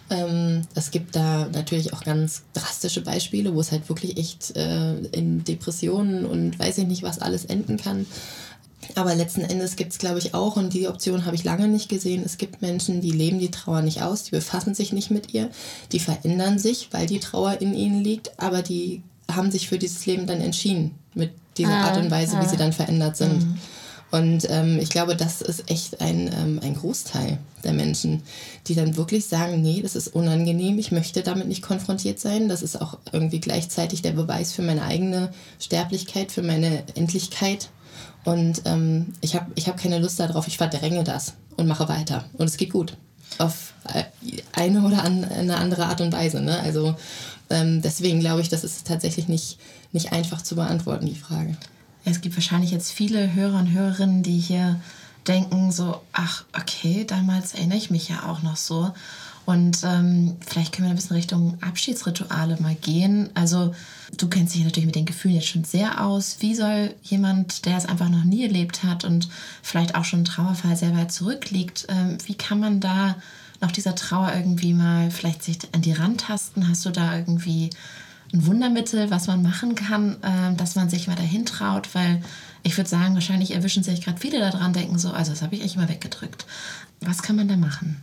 Es gibt da natürlich auch ganz drastische Beispiele, wo es halt wirklich echt in Depressionen und weiß ich nicht was alles enden kann. Aber letzten Endes gibt es, glaube ich, auch, und die Option habe ich lange nicht gesehen, es gibt Menschen, die leben die Trauer nicht aus, die befassen sich nicht mit ihr, die verändern sich, weil die Trauer in ihnen liegt, aber die haben sich für dieses Leben dann entschieden, mit dieser Art und Weise, wie sie dann verändert sind. Und ich glaube, das ist echt ein Großteil der Menschen, die dann wirklich sagen, nee, das ist unangenehm, ich möchte damit nicht konfrontiert sein. Das ist auch irgendwie gleichzeitig der Beweis für meine eigene Sterblichkeit, für meine Endlichkeit. Und ich hab keine Lust darauf, ich verdränge das und mache weiter. Und es geht gut. Auf eine oder eine andere Art und Weise. Ne? Also deswegen glaube ich, das ist tatsächlich nicht einfach zu beantworten, die Frage. Es gibt wahrscheinlich jetzt viele Hörer und Hörerinnen, die hier denken so, ach, okay, damals erinnere ich mich ja auch noch so. Und vielleicht können wir ein bisschen Richtung Abschiedsrituale mal gehen. Also du kennst dich natürlich mit den Gefühlen jetzt schon sehr aus. Wie soll jemand, der es einfach noch nie erlebt hat und vielleicht auch schon ein Trauerfall sehr weit zurückliegt, wie kann man da nach dieser Trauer irgendwie mal vielleicht sich an die Rand tasten? Hast du da irgendwie ein Wundermittel, was man machen kann, dass man sich mal dahin traut? Weil ich würde sagen, wahrscheinlich erwischen sich gerade viele daran, denken so, also das habe ich echt mal weggedrückt. Was kann man da machen?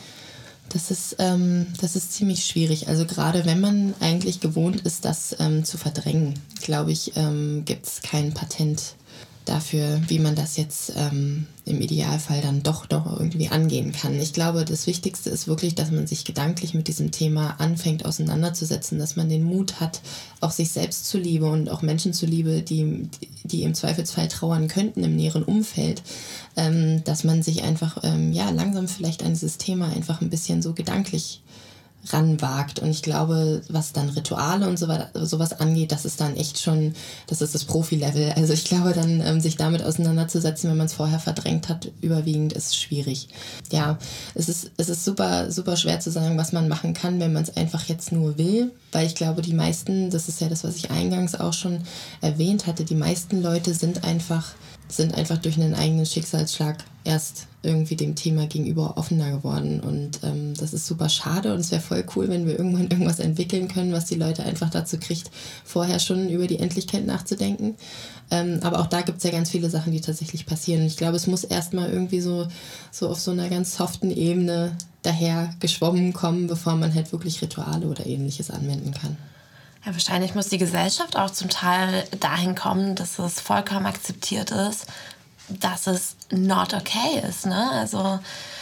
Das ist ziemlich schwierig. Also gerade wenn man eigentlich gewohnt ist, das zu verdrängen, glaube ich, gibt es kein Patent dafür, wie man das jetzt im Idealfall dann doch irgendwie angehen kann. Ich glaube, das Wichtigste ist wirklich, dass man sich gedanklich mit diesem Thema anfängt auseinanderzusetzen, dass man den Mut hat, auch sich selbst zuliebe und auch Menschen zuliebe, die im Zweifelsfall trauern könnten im näheren Umfeld, dass man sich einfach langsam vielleicht an dieses Thema einfach ein bisschen so gedanklich ranwagt. Und ich glaube, was dann Rituale und sowas angeht, das ist dann echt schon, das ist das Profi-Level. Also ich glaube, dann sich damit auseinanderzusetzen, wenn man es vorher verdrängt hat, überwiegend ist schwierig. Ja, es ist super, super schwer zu sagen, was man machen kann, wenn man es einfach jetzt nur will, weil ich glaube, die meisten, das ist ja das, was ich eingangs auch schon erwähnt hatte, die meisten Leute sind einfach durch einen eigenen Schicksalsschlag erst irgendwie dem Thema gegenüber offener geworden. Und das ist super schade und es wäre voll cool, wenn wir irgendwann irgendwas entwickeln können, was die Leute einfach dazu kriegt, vorher schon über die Endlichkeit nachzudenken. Aber auch da gibt es ja ganz viele Sachen, die tatsächlich passieren. Und ich glaube, es muss erstmal irgendwie so auf so einer ganz soften Ebene daher geschwommen kommen, bevor man halt wirklich Rituale oder Ähnliches anwenden kann. Ja, wahrscheinlich muss die Gesellschaft auch zum Teil dahin kommen, dass es vollkommen akzeptiert ist, dass es not okay ist. Ne? Also,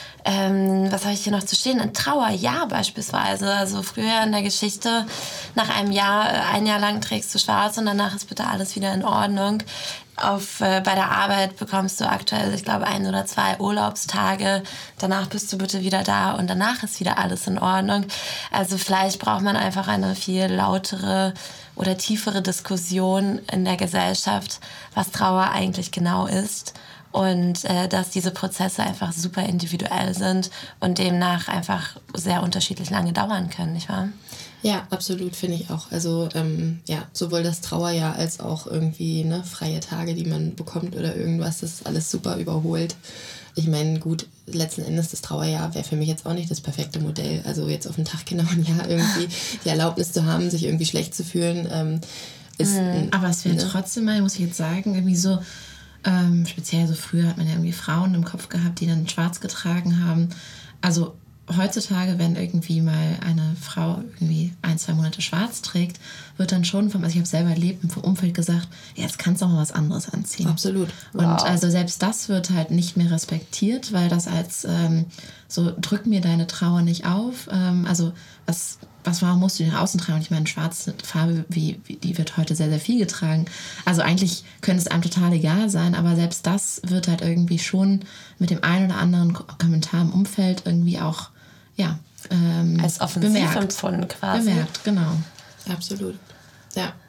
was habe ich hier noch zu stehen? Ein Trauerjahr beispielsweise. Also früher in der Geschichte, nach einem Jahr, ein Jahr lang trägst du schwarz und danach ist bitte alles wieder in Ordnung. Bei der Arbeit bekommst du aktuell, ich glaube, 1 oder 2 Urlaubstage. Danach bist du bitte wieder da und danach ist wieder alles in Ordnung. Also vielleicht braucht man einfach eine viel lautere oder tiefere Diskussion in der Gesellschaft, was Trauer eigentlich genau ist. Und dass diese Prozesse einfach super individuell sind und demnach einfach sehr unterschiedlich lange dauern können, nicht wahr? Ja, absolut, finde ich auch. Also sowohl das Trauerjahr als auch irgendwie freie Tage, die man bekommt oder irgendwas, das ist alles super überholt. Ich meine, gut, letzten Endes das Trauerjahr wäre für mich jetzt auch nicht das perfekte Modell. Also jetzt auf den Tag genau ein Jahr irgendwie die Erlaubnis zu haben, sich irgendwie schlecht zu fühlen. Aber es wäre trotzdem mal, muss ich jetzt sagen, irgendwie so, speziell so früher hat man ja irgendwie Frauen im Kopf gehabt, die dann schwarz getragen haben. Also heutzutage, wenn irgendwie mal eine Frau irgendwie 1-2 Monate schwarz trägt, wird dann schon ich habe selber erlebt, vom Umfeld gesagt, ja, jetzt kannst du auch mal was anderes anziehen. Absolut. Und also selbst das wird halt nicht mehr respektiert, weil das als so, drück mir deine Trauer nicht auf. Also warum musst du nach außen tragen? Und ich meine, schwarze Farbe, die wird heute sehr, sehr viel getragen. Also eigentlich könnte es einem total egal sein, aber selbst das wird halt irgendwie schon mit dem einen oder anderen Kommentar im Umfeld irgendwie auch, als offensiv empfunden quasi. Bemerkt, genau. Absolut. Ja,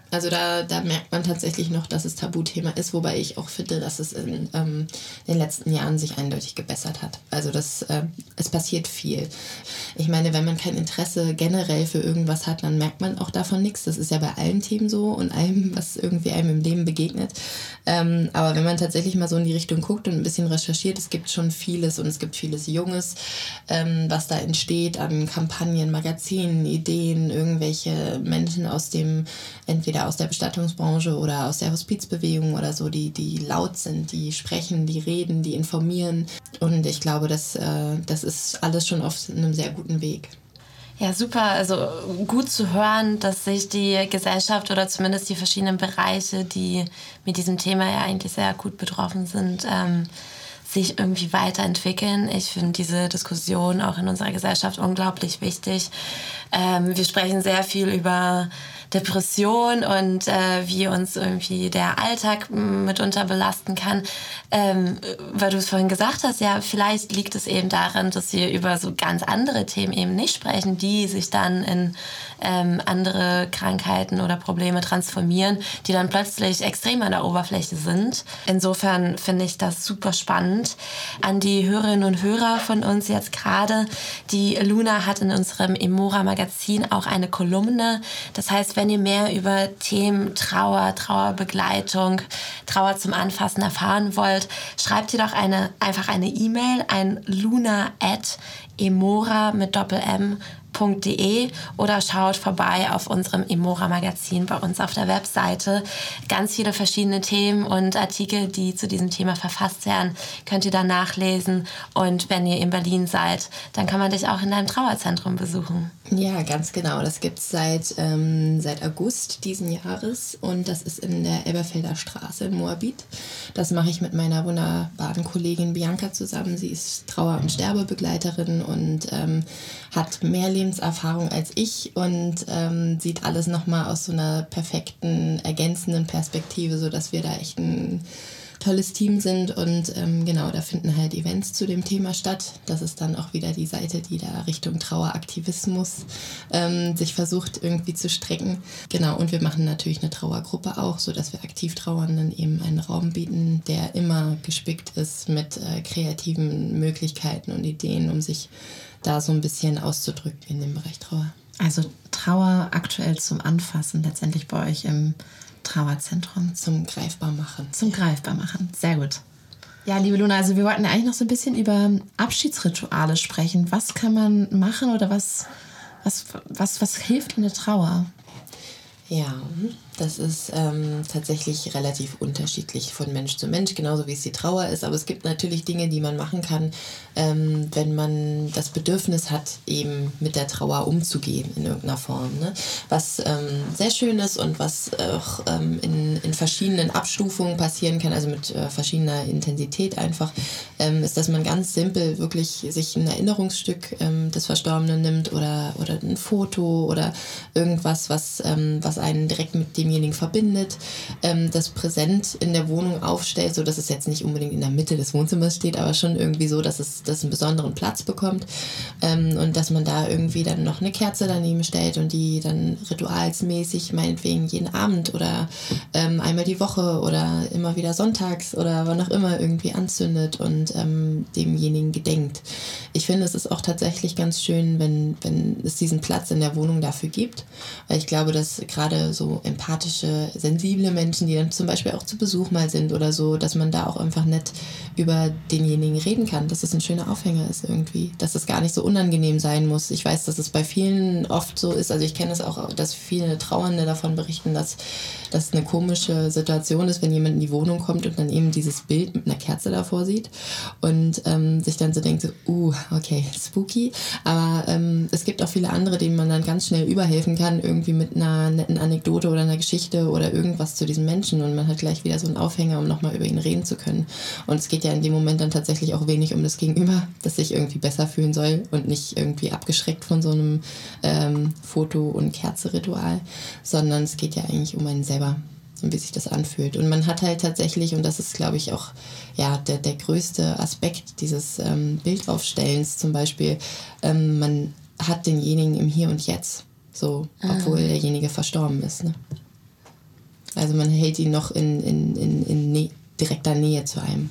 Also da merkt man tatsächlich noch, dass es Tabuthema ist, wobei ich auch finde, dass es in den letzten Jahren sich eindeutig gebessert hat. Also es passiert viel. Ich meine, wenn man kein Interesse generell für irgendwas hat, dann merkt man auch davon nichts. Das ist ja bei allen Themen so und allem, was irgendwie einem im Leben begegnet. Aber wenn man tatsächlich mal so in die Richtung guckt und ein bisschen recherchiert, es gibt schon vieles und es gibt vieles Junges, was da entsteht an Kampagnen, Magazinen, Ideen, irgendwelche Menschen entweder aus der Bestattungsbranche oder aus der Hospizbewegung oder so, die laut sind, die sprechen, die reden, die informieren. Und ich glaube, das ist alles schon auf einem sehr guten Weg. Ja, super. Also gut zu hören, dass sich die Gesellschaft oder zumindest die verschiedenen Bereiche, die mit diesem Thema ja eigentlich sehr gut betroffen sind, sich irgendwie weiterentwickeln. Ich finde diese Diskussion auch in unserer Gesellschaft unglaublich wichtig. Wir sprechen sehr viel über Depression und wie uns irgendwie der Alltag mitunter belasten kann. Weil du es vorhin gesagt hast, ja, vielleicht liegt es eben daran, dass wir über so ganz andere Themen eben nicht sprechen, die sich dann in andere Krankheiten oder Probleme transformieren, die dann plötzlich extrem an der Oberfläche sind. Insofern finde ich das super spannend. An die Hörerinnen und Hörer von uns jetzt gerade, die Luna hat in unserem Emora-Magazin auch eine Kolumne. Das heißt, wenn ihr mehr über Themen Trauer, Trauerbegleitung, Trauer zum Anfassen erfahren wollt, schreibt ihr doch einfach eine E-Mail an luna@emora mit Doppel-M.de oder schaut vorbei auf unserem Emora-Magazin bei uns auf der Webseite. Ganz viele verschiedene Themen und Artikel, die zu diesem Thema verfasst werden, könnt ihr da nachlesen. Und wenn ihr in Berlin seid, dann kann man dich auch in deinem Trauerzentrum besuchen. Ja, ganz genau. Das gibt es seit August diesen Jahres und das ist in der Elberfelder Straße in Moabit. Das mache ich mit meiner wunderbaren Kollegin Bianca zusammen. Sie ist Trauer- und Sterbebegleiterin und hat mehr Lebenserfahrung als ich und sieht alles nochmal aus so einer perfekten, ergänzenden Perspektive, sodass wir da echt ein tolles Team sind und genau, da finden halt Events zu dem Thema statt. Das ist dann auch wieder die Seite, die da Richtung Traueraktivismus sich versucht irgendwie zu strecken. Genau, und wir machen natürlich eine Trauergruppe auch, sodass wir Aktivtrauernden eben einen Raum bieten, der immer gespickt ist mit kreativen Möglichkeiten und Ideen, um sich da so ein bisschen auszudrücken in dem Bereich Trauer. Also Trauer aktuell zum Anfassen, letztendlich bei euch im Trauerzentrum. Zum Greifbarmachen. Zum Greifbarmachen, sehr gut. Ja, liebe Luna, also wir wollten ja eigentlich noch so ein bisschen über Abschiedsrituale sprechen. Was kann man machen oder was hilft in der Trauer? Ja, das ist tatsächlich relativ unterschiedlich von Mensch zu Mensch, genauso wie es die Trauer ist. Aber es gibt natürlich Dinge, die man machen kann, wenn man das Bedürfnis hat, eben mit der Trauer umzugehen in irgendeiner Form. Ne? Was sehr schön ist und was auch in verschiedenen Abstufungen passieren kann, also mit verschiedener Intensität einfach, ist, dass man ganz simpel wirklich sich ein Erinnerungsstück des Verstorbenen nimmt oder ein Foto oder irgendwas, was einen direkt mit demjenigen verbindet, das präsent in der Wohnung aufstellt, so dass es jetzt nicht unbedingt in der Mitte des Wohnzimmers steht, aber schon irgendwie so, dass es einen besonderen Platz bekommt und dass man da irgendwie dann noch eine Kerze daneben stellt und die dann ritualsmäßig meinetwegen jeden Abend oder einmal die Woche oder immer wieder sonntags oder wann auch immer irgendwie anzündet und demjenigen gedenkt. Ich finde, es ist auch tatsächlich ganz schön, wenn es diesen Platz in der Wohnung dafür gibt, weil ich glaube, dass gerade so empathische, sensible Menschen, die dann zum Beispiel auch zu Besuch mal sind oder so, dass man da auch einfach nett über denjenigen reden kann, dass es ein schöner Aufhänger ist irgendwie, dass es gar nicht so unangenehm sein muss. Ich weiß, dass es bei vielen oft so ist, also ich kenne es auch, dass viele Trauernde davon berichten, dass das eine komische Situation ist, wenn jemand in die Wohnung kommt und dann eben dieses Bild mit einer Kerze davor sieht und sich dann so denkt, so, okay, spooky, aber es gibt auch viele andere, denen man dann ganz schnell überhelfen kann, irgendwie mit einer netten Anekdote oder einer Geschichte oder irgendwas zu diesem Menschen und man hat gleich wieder so einen Aufhänger, um nochmal über ihn reden zu können. Und es geht ja in dem Moment dann tatsächlich auch wenig um das Gegenüber, das sich irgendwie besser fühlen soll und nicht irgendwie abgeschreckt von so einem Foto- und Kerze-Ritual, sondern es geht ja eigentlich um einen selber und wie sich das anfühlt. Und man hat halt tatsächlich, und das ist, glaube ich, auch ja, der größte Aspekt dieses Bildaufstellens zum Beispiel, man hat denjenigen im Hier und Jetzt, so, obwohl derjenige verstorben ist. Ne? Also man hält ihn noch in direkter Nähe zu einem.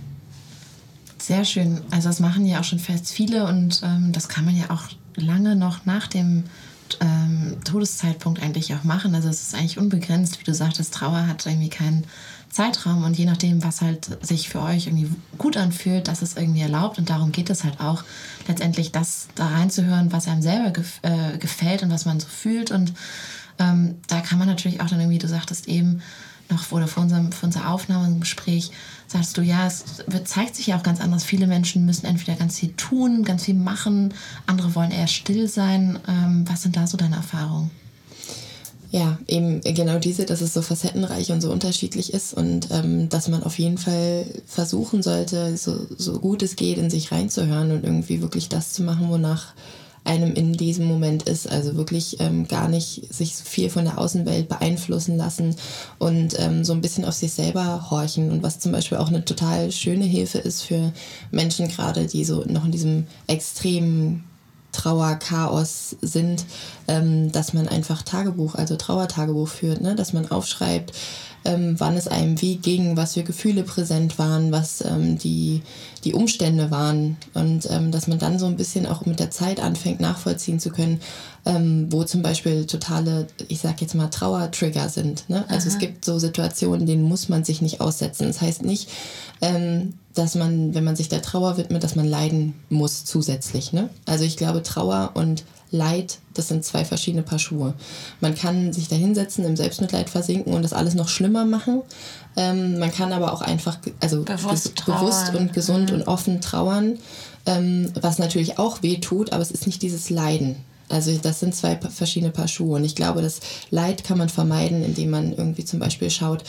Sehr schön. Also das machen ja auch schon fast viele und das kann man ja auch lange noch nach dem Todeszeitpunkt eigentlich auch machen. Also es ist eigentlich unbegrenzt, wie du sagtest, Trauer hat irgendwie keinen Zeitraum und je nachdem, was halt sich für euch irgendwie gut anfühlt, das ist irgendwie erlaubt und darum geht es halt auch, letztendlich das da reinzuhören, was einem selber gefällt und was man so fühlt und da kann man natürlich auch dann irgendwie, du sagtest eben noch oder für unser Aufnahmegespräch, sagst du, ja, es zeigt sich ja auch ganz anders. Viele Menschen müssen entweder ganz viel tun, ganz viel machen, andere wollen eher still sein. Was sind da so deine Erfahrungen? Ja, eben genau diese, dass es so facettenreich und so unterschiedlich ist und dass man auf jeden Fall versuchen sollte, so gut es geht, in sich reinzuhören und irgendwie wirklich das zu machen, wonach einem in diesem Moment ist. Also wirklich gar nicht sich so viel von der Außenwelt beeinflussen lassen und so ein bisschen auf sich selber horchen. Und was zum Beispiel auch eine total schöne Hilfe ist für Menschen gerade, die so noch in diesem extremen Trauerchaos sind, dass man einfach Trauertagebuch führt, ne? Dass man aufschreibt, wann es einem wie ging, was für Gefühle präsent waren, was die Umstände waren und dass man dann so ein bisschen auch mit der Zeit anfängt nachvollziehen zu können, wo zum Beispiel totale, ich sag jetzt mal, Trauertrigger sind. Ne? Also es gibt so Situationen, denen muss man sich nicht aussetzen. Das heißt nicht, dass man, wenn man sich der Trauer widmet, dass man leiden muss zusätzlich. Ne? Also ich glaube, Trauer und Leid, das sind zwei verschiedene Paar Schuhe. Man kann sich da hinsetzen, im Selbstmitleid versinken und das alles noch schlimmer machen. Man kann aber auch einfach bewusst und gesund und offen trauern, was natürlich auch weh tut, aber es ist nicht dieses Leiden. Also das sind zwei verschiedene Paar Schuhe und ich glaube, das Leid kann man vermeiden, indem man irgendwie zum Beispiel schaut,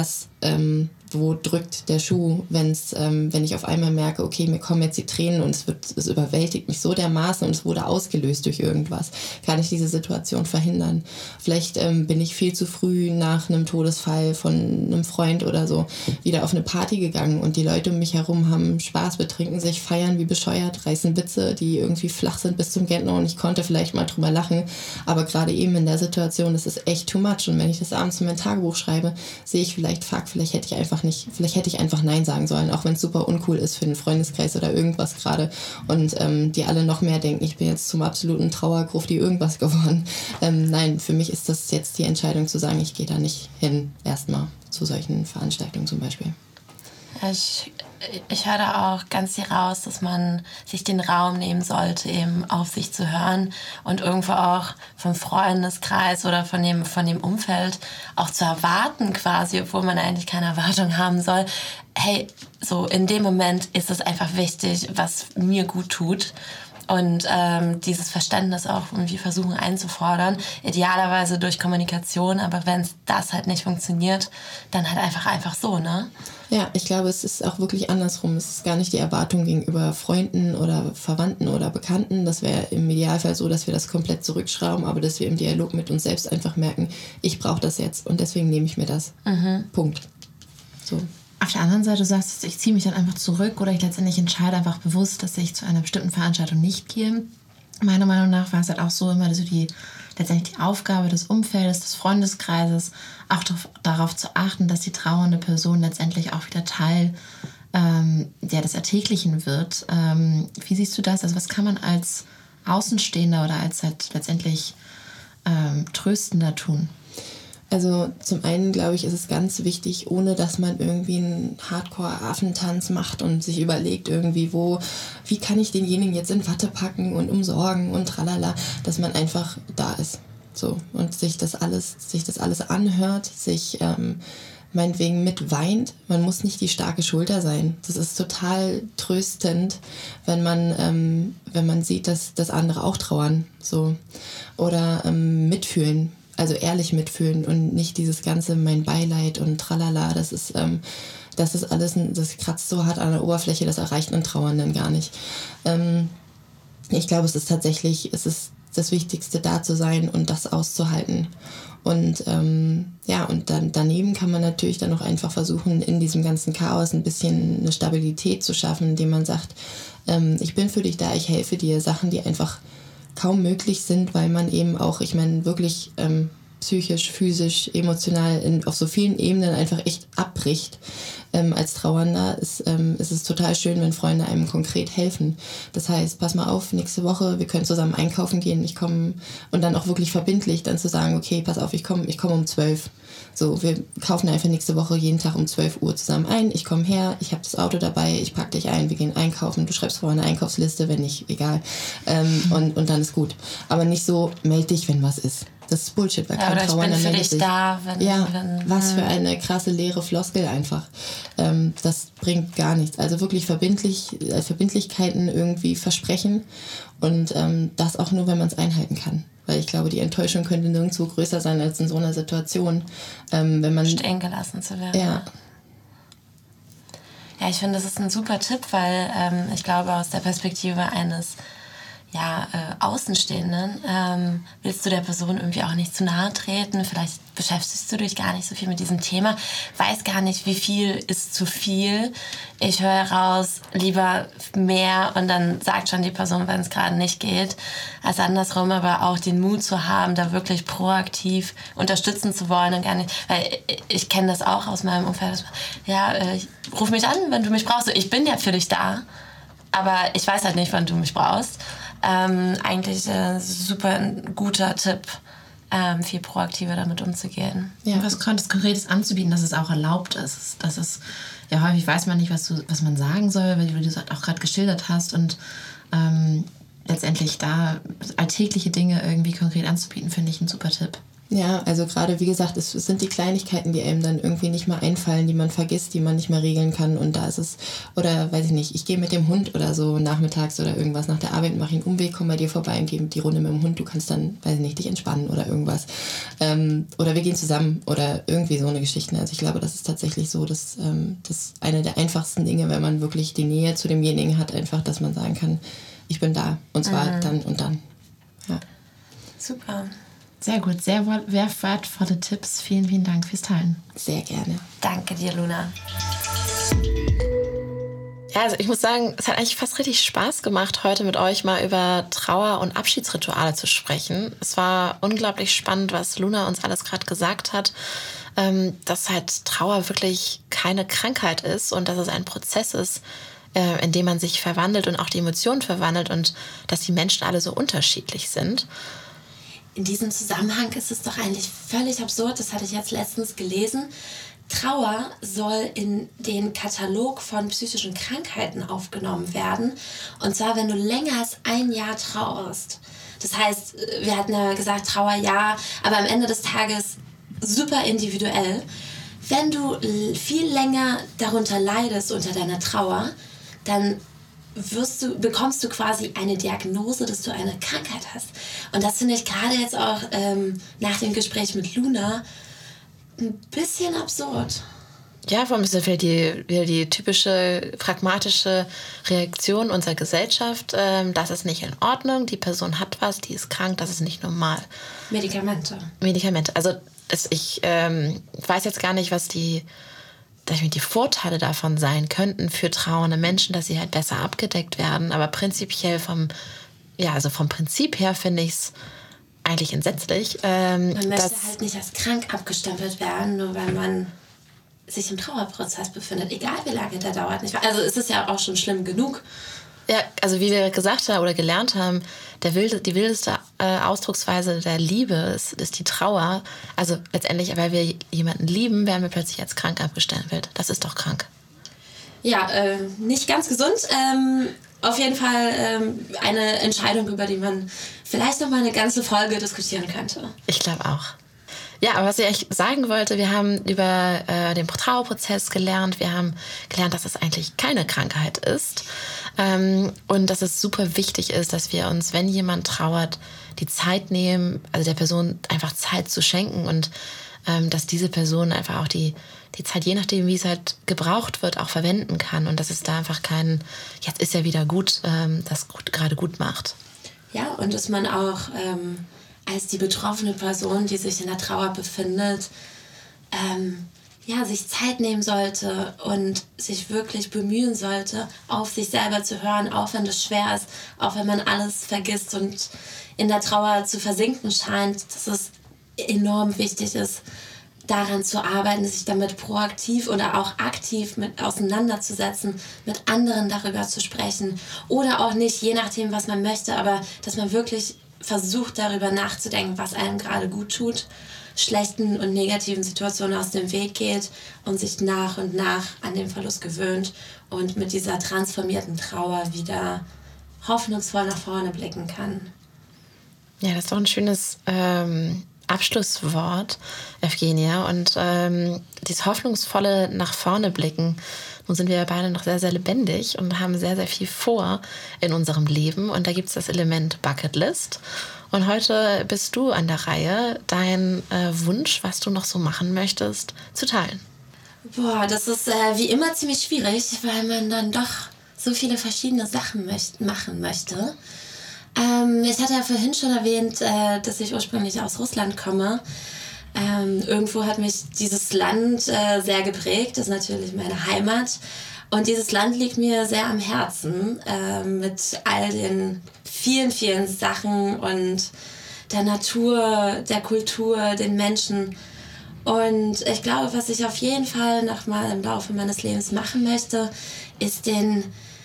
wo drückt der Schuh, wenn ich auf einmal merke, okay, mir kommen jetzt die Tränen und es überwältigt mich so dermaßen und es wurde ausgelöst durch irgendwas, kann ich diese Situation verhindern. Vielleicht bin ich viel zu früh nach einem Todesfall von einem Freund oder so wieder auf eine Party gegangen und die Leute um mich herum haben Spaß, betrinken sich, feiern wie bescheuert, reißen Witze, die irgendwie flach sind bis zum Gärtner und ich konnte vielleicht mal drüber lachen, aber gerade eben in der Situation ist es echt too much und wenn ich das abends in mein Tagebuch schreibe, sehe ich vielleicht, vielleicht hätte ich einfach Nein sagen sollen, auch wenn es super uncool ist für den Freundeskreis oder irgendwas gerade und die alle noch mehr denken, ich bin jetzt zum absoluten Trauergrufti irgendwas geworden. Nein, für mich ist das jetzt die Entscheidung zu sagen, ich gehe da nicht hin, erstmal zu solchen Veranstaltungen zum Beispiel. Ich höre da auch ganz hier raus, dass man sich den Raum nehmen sollte, eben auf sich zu hören und irgendwo auch vom Freundeskreis oder von dem Umfeld auch zu erwarten quasi, obwohl man eigentlich keine Erwartung haben soll. Hey, so in dem Moment ist es einfach wichtig, was mir gut tut. Und dieses Verständnis auch irgendwie versuchen einzufordern, idealerweise durch Kommunikation, aber wenn das halt nicht funktioniert, dann halt einfach so, ne? Ja, ich glaube, es ist auch wirklich andersrum. Es ist gar nicht die Erwartung gegenüber Freunden oder Verwandten oder Bekannten. Das wäre im Idealfall so, dass wir das komplett zurückschrauben, aber dass wir im Dialog mit uns selbst einfach merken, ich brauche das jetzt und deswegen nehme ich mir das. Punkt. So. Auf der anderen Seite, du sagst, ich ziehe mich dann einfach zurück oder ich letztendlich entscheide einfach bewusst, dass ich zu einer bestimmten Veranstaltung nicht gehe. Meiner Meinung nach war es halt auch so immer so letztendlich die Aufgabe des Umfeldes, des Freundeskreises, auch darauf zu achten, dass die trauernde Person letztendlich auch wieder Teil des Alltäglichen wird. Wie siehst du das? Also was kann man als Außenstehender oder als halt letztendlich Tröstender tun? Also zum einen, glaube ich, ist es ganz wichtig, ohne dass man irgendwie einen Hardcore-Affentanz macht und sich überlegt irgendwie, wie kann ich denjenigen jetzt in Watte packen und umsorgen und tralala, dass man einfach da ist. So, und sich das alles anhört, sich meinetwegen mit weint. Man muss nicht die starke Schulter sein. Das ist total tröstend, wenn man sieht, dass andere auch trauern. So. Oder mitfühlen. Also ehrlich mitfühlen und nicht dieses ganze mein Beileid und tralala, das ist alles, das kratzt so hart an der Oberfläche, das erreicht einen Trauernden gar nicht. Ich glaube, es ist das Wichtigste, da zu sein und das auszuhalten. Und und dann daneben kann man natürlich dann auch einfach versuchen, in diesem ganzen Chaos ein bisschen eine Stabilität zu schaffen, indem man sagt, ich bin für dich da, ich helfe dir, Sachen, die einfach kaum möglich sind, weil man eben auch, ich meine, wirklich psychisch, physisch, emotional auf so vielen Ebenen einfach echt abbricht. Als Trauernder ist es total schön, wenn Freunde einem konkret helfen. Das heißt, pass mal auf, nächste Woche, wir können zusammen einkaufen gehen, ich komme, und dann auch wirklich verbindlich dann zu sagen, okay, pass auf, ich komme um 12. So, wir kaufen einfach nächste Woche jeden Tag um 12 Uhr zusammen ein, ich komme her, ich habe das Auto dabei, ich packe dich ein, wir gehen einkaufen, du schreibst vorher eine Einkaufsliste, wenn nicht, egal. Und dann ist gut. Aber nicht so, meld dich, wenn was ist. Das ist Bullshit, weil kein Trauernder meldet sich. Was für eine krasse leere Floskel einfach. Das bringt gar nichts. Also wirklich Verbindlichkeiten irgendwie versprechen und das auch nur, wenn man es einhalten kann. Weil ich glaube, die Enttäuschung könnte nirgendwo größer sein als in so einer Situation. Wenn man stehen gelassen zu werden. Ja. Ja, ich finde, das ist ein super Tipp, weil ich glaube, aus der Perspektive eines Außenstehenden willst du der Person irgendwie auch nicht zu nahe treten. Vielleicht beschäftigst du dich gar nicht so viel mit diesem Thema, weiß gar nicht, wie viel ist zu viel. Ich höre raus, lieber mehr, und dann sagt schon die Person, wenn es gerade nicht geht, als andersrum, aber auch den Mut zu haben, da wirklich proaktiv unterstützen zu wollen und gar nicht, weil ich kenne das auch aus meinem Umfeld. Ruf mich an, wenn du mich brauchst. Ich bin ja für dich da, aber ich weiß halt nicht, wann du mich brauchst. Eigentlich super ein guter Tipp, viel proaktiver damit umzugehen. Ja. Was Konkretes anzubieten, dass es auch erlaubt ist. Dass es, ja, häufig weiß man nicht, was man sagen soll, weil du das auch gerade geschildert hast, und letztendlich da alltägliche Dinge irgendwie konkret anzubieten, finde ich ein super Tipp. Ja, also gerade, wie gesagt, es sind die Kleinigkeiten, die einem dann irgendwie nicht mehr einfallen, die man vergisst, die man nicht mehr regeln kann, und da ist es, oder weiß ich nicht, ich gehe mit dem Hund oder so nachmittags oder irgendwas nach der Arbeit, mache ich einen Umweg, komme bei dir vorbei und gehe die Runde mit dem Hund, du kannst dann, weiß ich nicht, dich entspannen oder irgendwas. Oder wir gehen zusammen oder irgendwie so eine Geschichte. Also ich glaube, das ist tatsächlich so, dass das eine der einfachsten Dinge, wenn man wirklich die Nähe zu demjenigen hat, einfach, dass man sagen kann, ich bin da, und zwar dann und dann. Ja. Super. Sehr gut, sehr wertvolle Tipps. Vielen, vielen Dank fürs Teilen. Sehr gerne. Danke dir, Luna. Ja, also ich muss sagen, es hat eigentlich fast richtig Spaß gemacht, heute mit euch mal über Trauer- und Abschiedsrituale zu sprechen. Es war unglaublich spannend, was Luna uns alles gerade gesagt hat, dass halt Trauer wirklich keine Krankheit ist und dass es ein Prozess ist, in dem man sich verwandelt und auch die Emotionen verwandelt, und dass die Menschen alle so unterschiedlich sind. In diesem Zusammenhang ist es doch eigentlich völlig absurd, das hatte ich jetzt letztens gelesen. Trauer soll in den Katalog von psychischen Krankheiten aufgenommen werden. Und zwar, wenn du länger als 1 Jahr trauerst. Das heißt, wir hatten ja gesagt, Trauer ja, aber am Ende des Tages super individuell. Wenn du viel länger darunter leidest unter deiner Trauer, dann bekommst du quasi eine Diagnose, dass du eine Krankheit hast. Und das finde ich gerade jetzt auch nach dem Gespräch mit Luna ein bisschen absurd. Ja, vor allem ist das wieder die typische pragmatische Reaktion unserer Gesellschaft. Das ist nicht in Ordnung, die Person hat was, die ist krank, das ist nicht normal. Medikamente. Also ich weiß jetzt gar nicht, was die Vorteile davon sein könnten für trauernde Menschen, dass sie halt besser abgedeckt werden. Aber prinzipiell vom Prinzip her finde ich es eigentlich entsetzlich. Man möchte halt nicht als krank abgestempelt werden, nur weil man sich im Trauerprozess befindet. Egal wie lange der dauert. Also es ist ja auch schon schlimm genug. Ja, also wie wir gesagt haben oder gelernt haben, die wildeste Ausdrucksweise der Liebe ist die Trauer. Also letztendlich, weil wir jemanden lieben, werden wir plötzlich als krank abgestempelt. Das ist doch krank. Ja, nicht ganz gesund. Auf jeden Fall eine Entscheidung, über die man vielleicht noch mal eine ganze Folge diskutieren könnte. Ich glaube auch. Ja, aber was ich euch sagen wollte, wir haben über den Trauerprozess gelernt. Wir haben gelernt, dass es eigentlich keine Krankheit ist. Und dass es super wichtig ist, dass wir uns, wenn jemand trauert, die Zeit nehmen, also der Person einfach Zeit zu schenken, und dass diese Person einfach auch die Zeit, je nachdem, wie es halt gebraucht wird, auch verwenden kann. Und dass es da einfach kein, jetzt ist ja wieder gut, das gerade gut macht. Ja, und dass man auch als die betroffene Person, die sich in der Trauer befindet, sich Zeit nehmen sollte und sich wirklich bemühen sollte, auf sich selber zu hören, auch wenn das schwer ist, auch wenn man alles vergisst und in der Trauer zu versinken scheint. Das ist enorm wichtig ist, daran zu arbeiten, sich damit proaktiv oder auch aktiv mit auseinanderzusetzen, mit anderen darüber zu sprechen oder auch nicht, je nachdem, was man möchte, aber dass man wirklich versucht, darüber nachzudenken, was einem gerade gut tut, schlechten und negativen Situationen aus dem Weg geht und sich nach und nach an den Verlust gewöhnt und mit dieser transformierten Trauer wieder hoffnungsvoll nach vorne blicken kann. Ja, das ist doch ein schönes Abschlusswort, Evgenia. Und dieses hoffnungsvolle nach vorne blicken. Nun sind wir beide noch sehr, sehr lebendig und haben sehr, sehr viel vor in unserem Leben. Und da gibt es das Element Bucketlist. Und heute bist du an der Reihe, deinen Wunsch, was du noch so machen möchtest, zu teilen. Boah, das ist wie immer ziemlich schwierig, weil man dann doch so viele verschiedene Sachen machen möchte. Ich hatte ja vorhin schon erwähnt, dass ich ursprünglich aus Russland komme. Irgendwo hat mich dieses Land sehr geprägt. Das ist natürlich meine Heimat. Und dieses Land liegt mir sehr am Herzen mit all den vielen, vielen Sachen und der Natur, der Kultur, den Menschen. Und ich glaube, was ich auf jeden Fall noch mal im Laufe meines Lebens machen möchte, ist den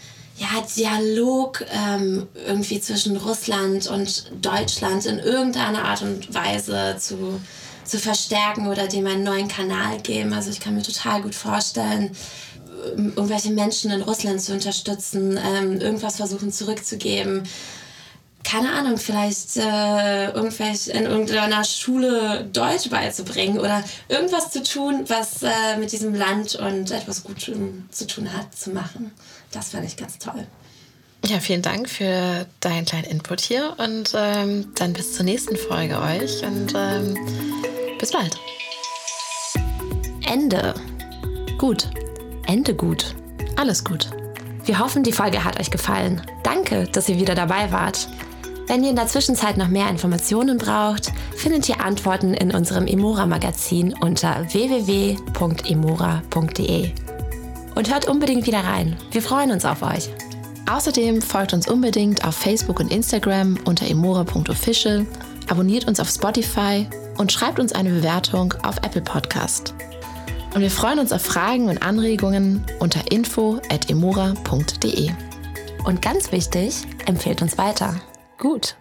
Dialog irgendwie zwischen Russland und Deutschland in irgendeiner Art und Weise zu verstärken oder dem einen neuen Kanal geben. Also ich kann mir total gut vorstellen, irgendwelche Menschen in Russland zu unterstützen, irgendwas versuchen zurückzugeben. Keine Ahnung, vielleicht in irgendeiner Schule Deutsch beizubringen oder irgendwas zu tun, was mit diesem Land und etwas Gutem zu tun hat, zu machen. Das fand ich ganz toll. Ja, vielen Dank für deinen kleinen Input hier und dann bis zur nächsten Folge euch und bis bald. Ende. Gut. Ende gut. Alles gut. Wir hoffen, die Folge hat euch gefallen. Danke, dass ihr wieder dabei wart. Wenn ihr in der Zwischenzeit noch mehr Informationen braucht, findet ihr Antworten in unserem Emora-Magazin unter www.emora.de. Und hört unbedingt wieder rein. Wir freuen uns auf euch. Außerdem folgt uns unbedingt auf Facebook und Instagram unter emora.official, abonniert uns auf Spotify und schreibt uns eine Bewertung auf Apple Podcast. Und wir freuen uns auf Fragen und Anregungen unter info@emora.de. Und ganz wichtig, empfehlt uns weiter. Gut.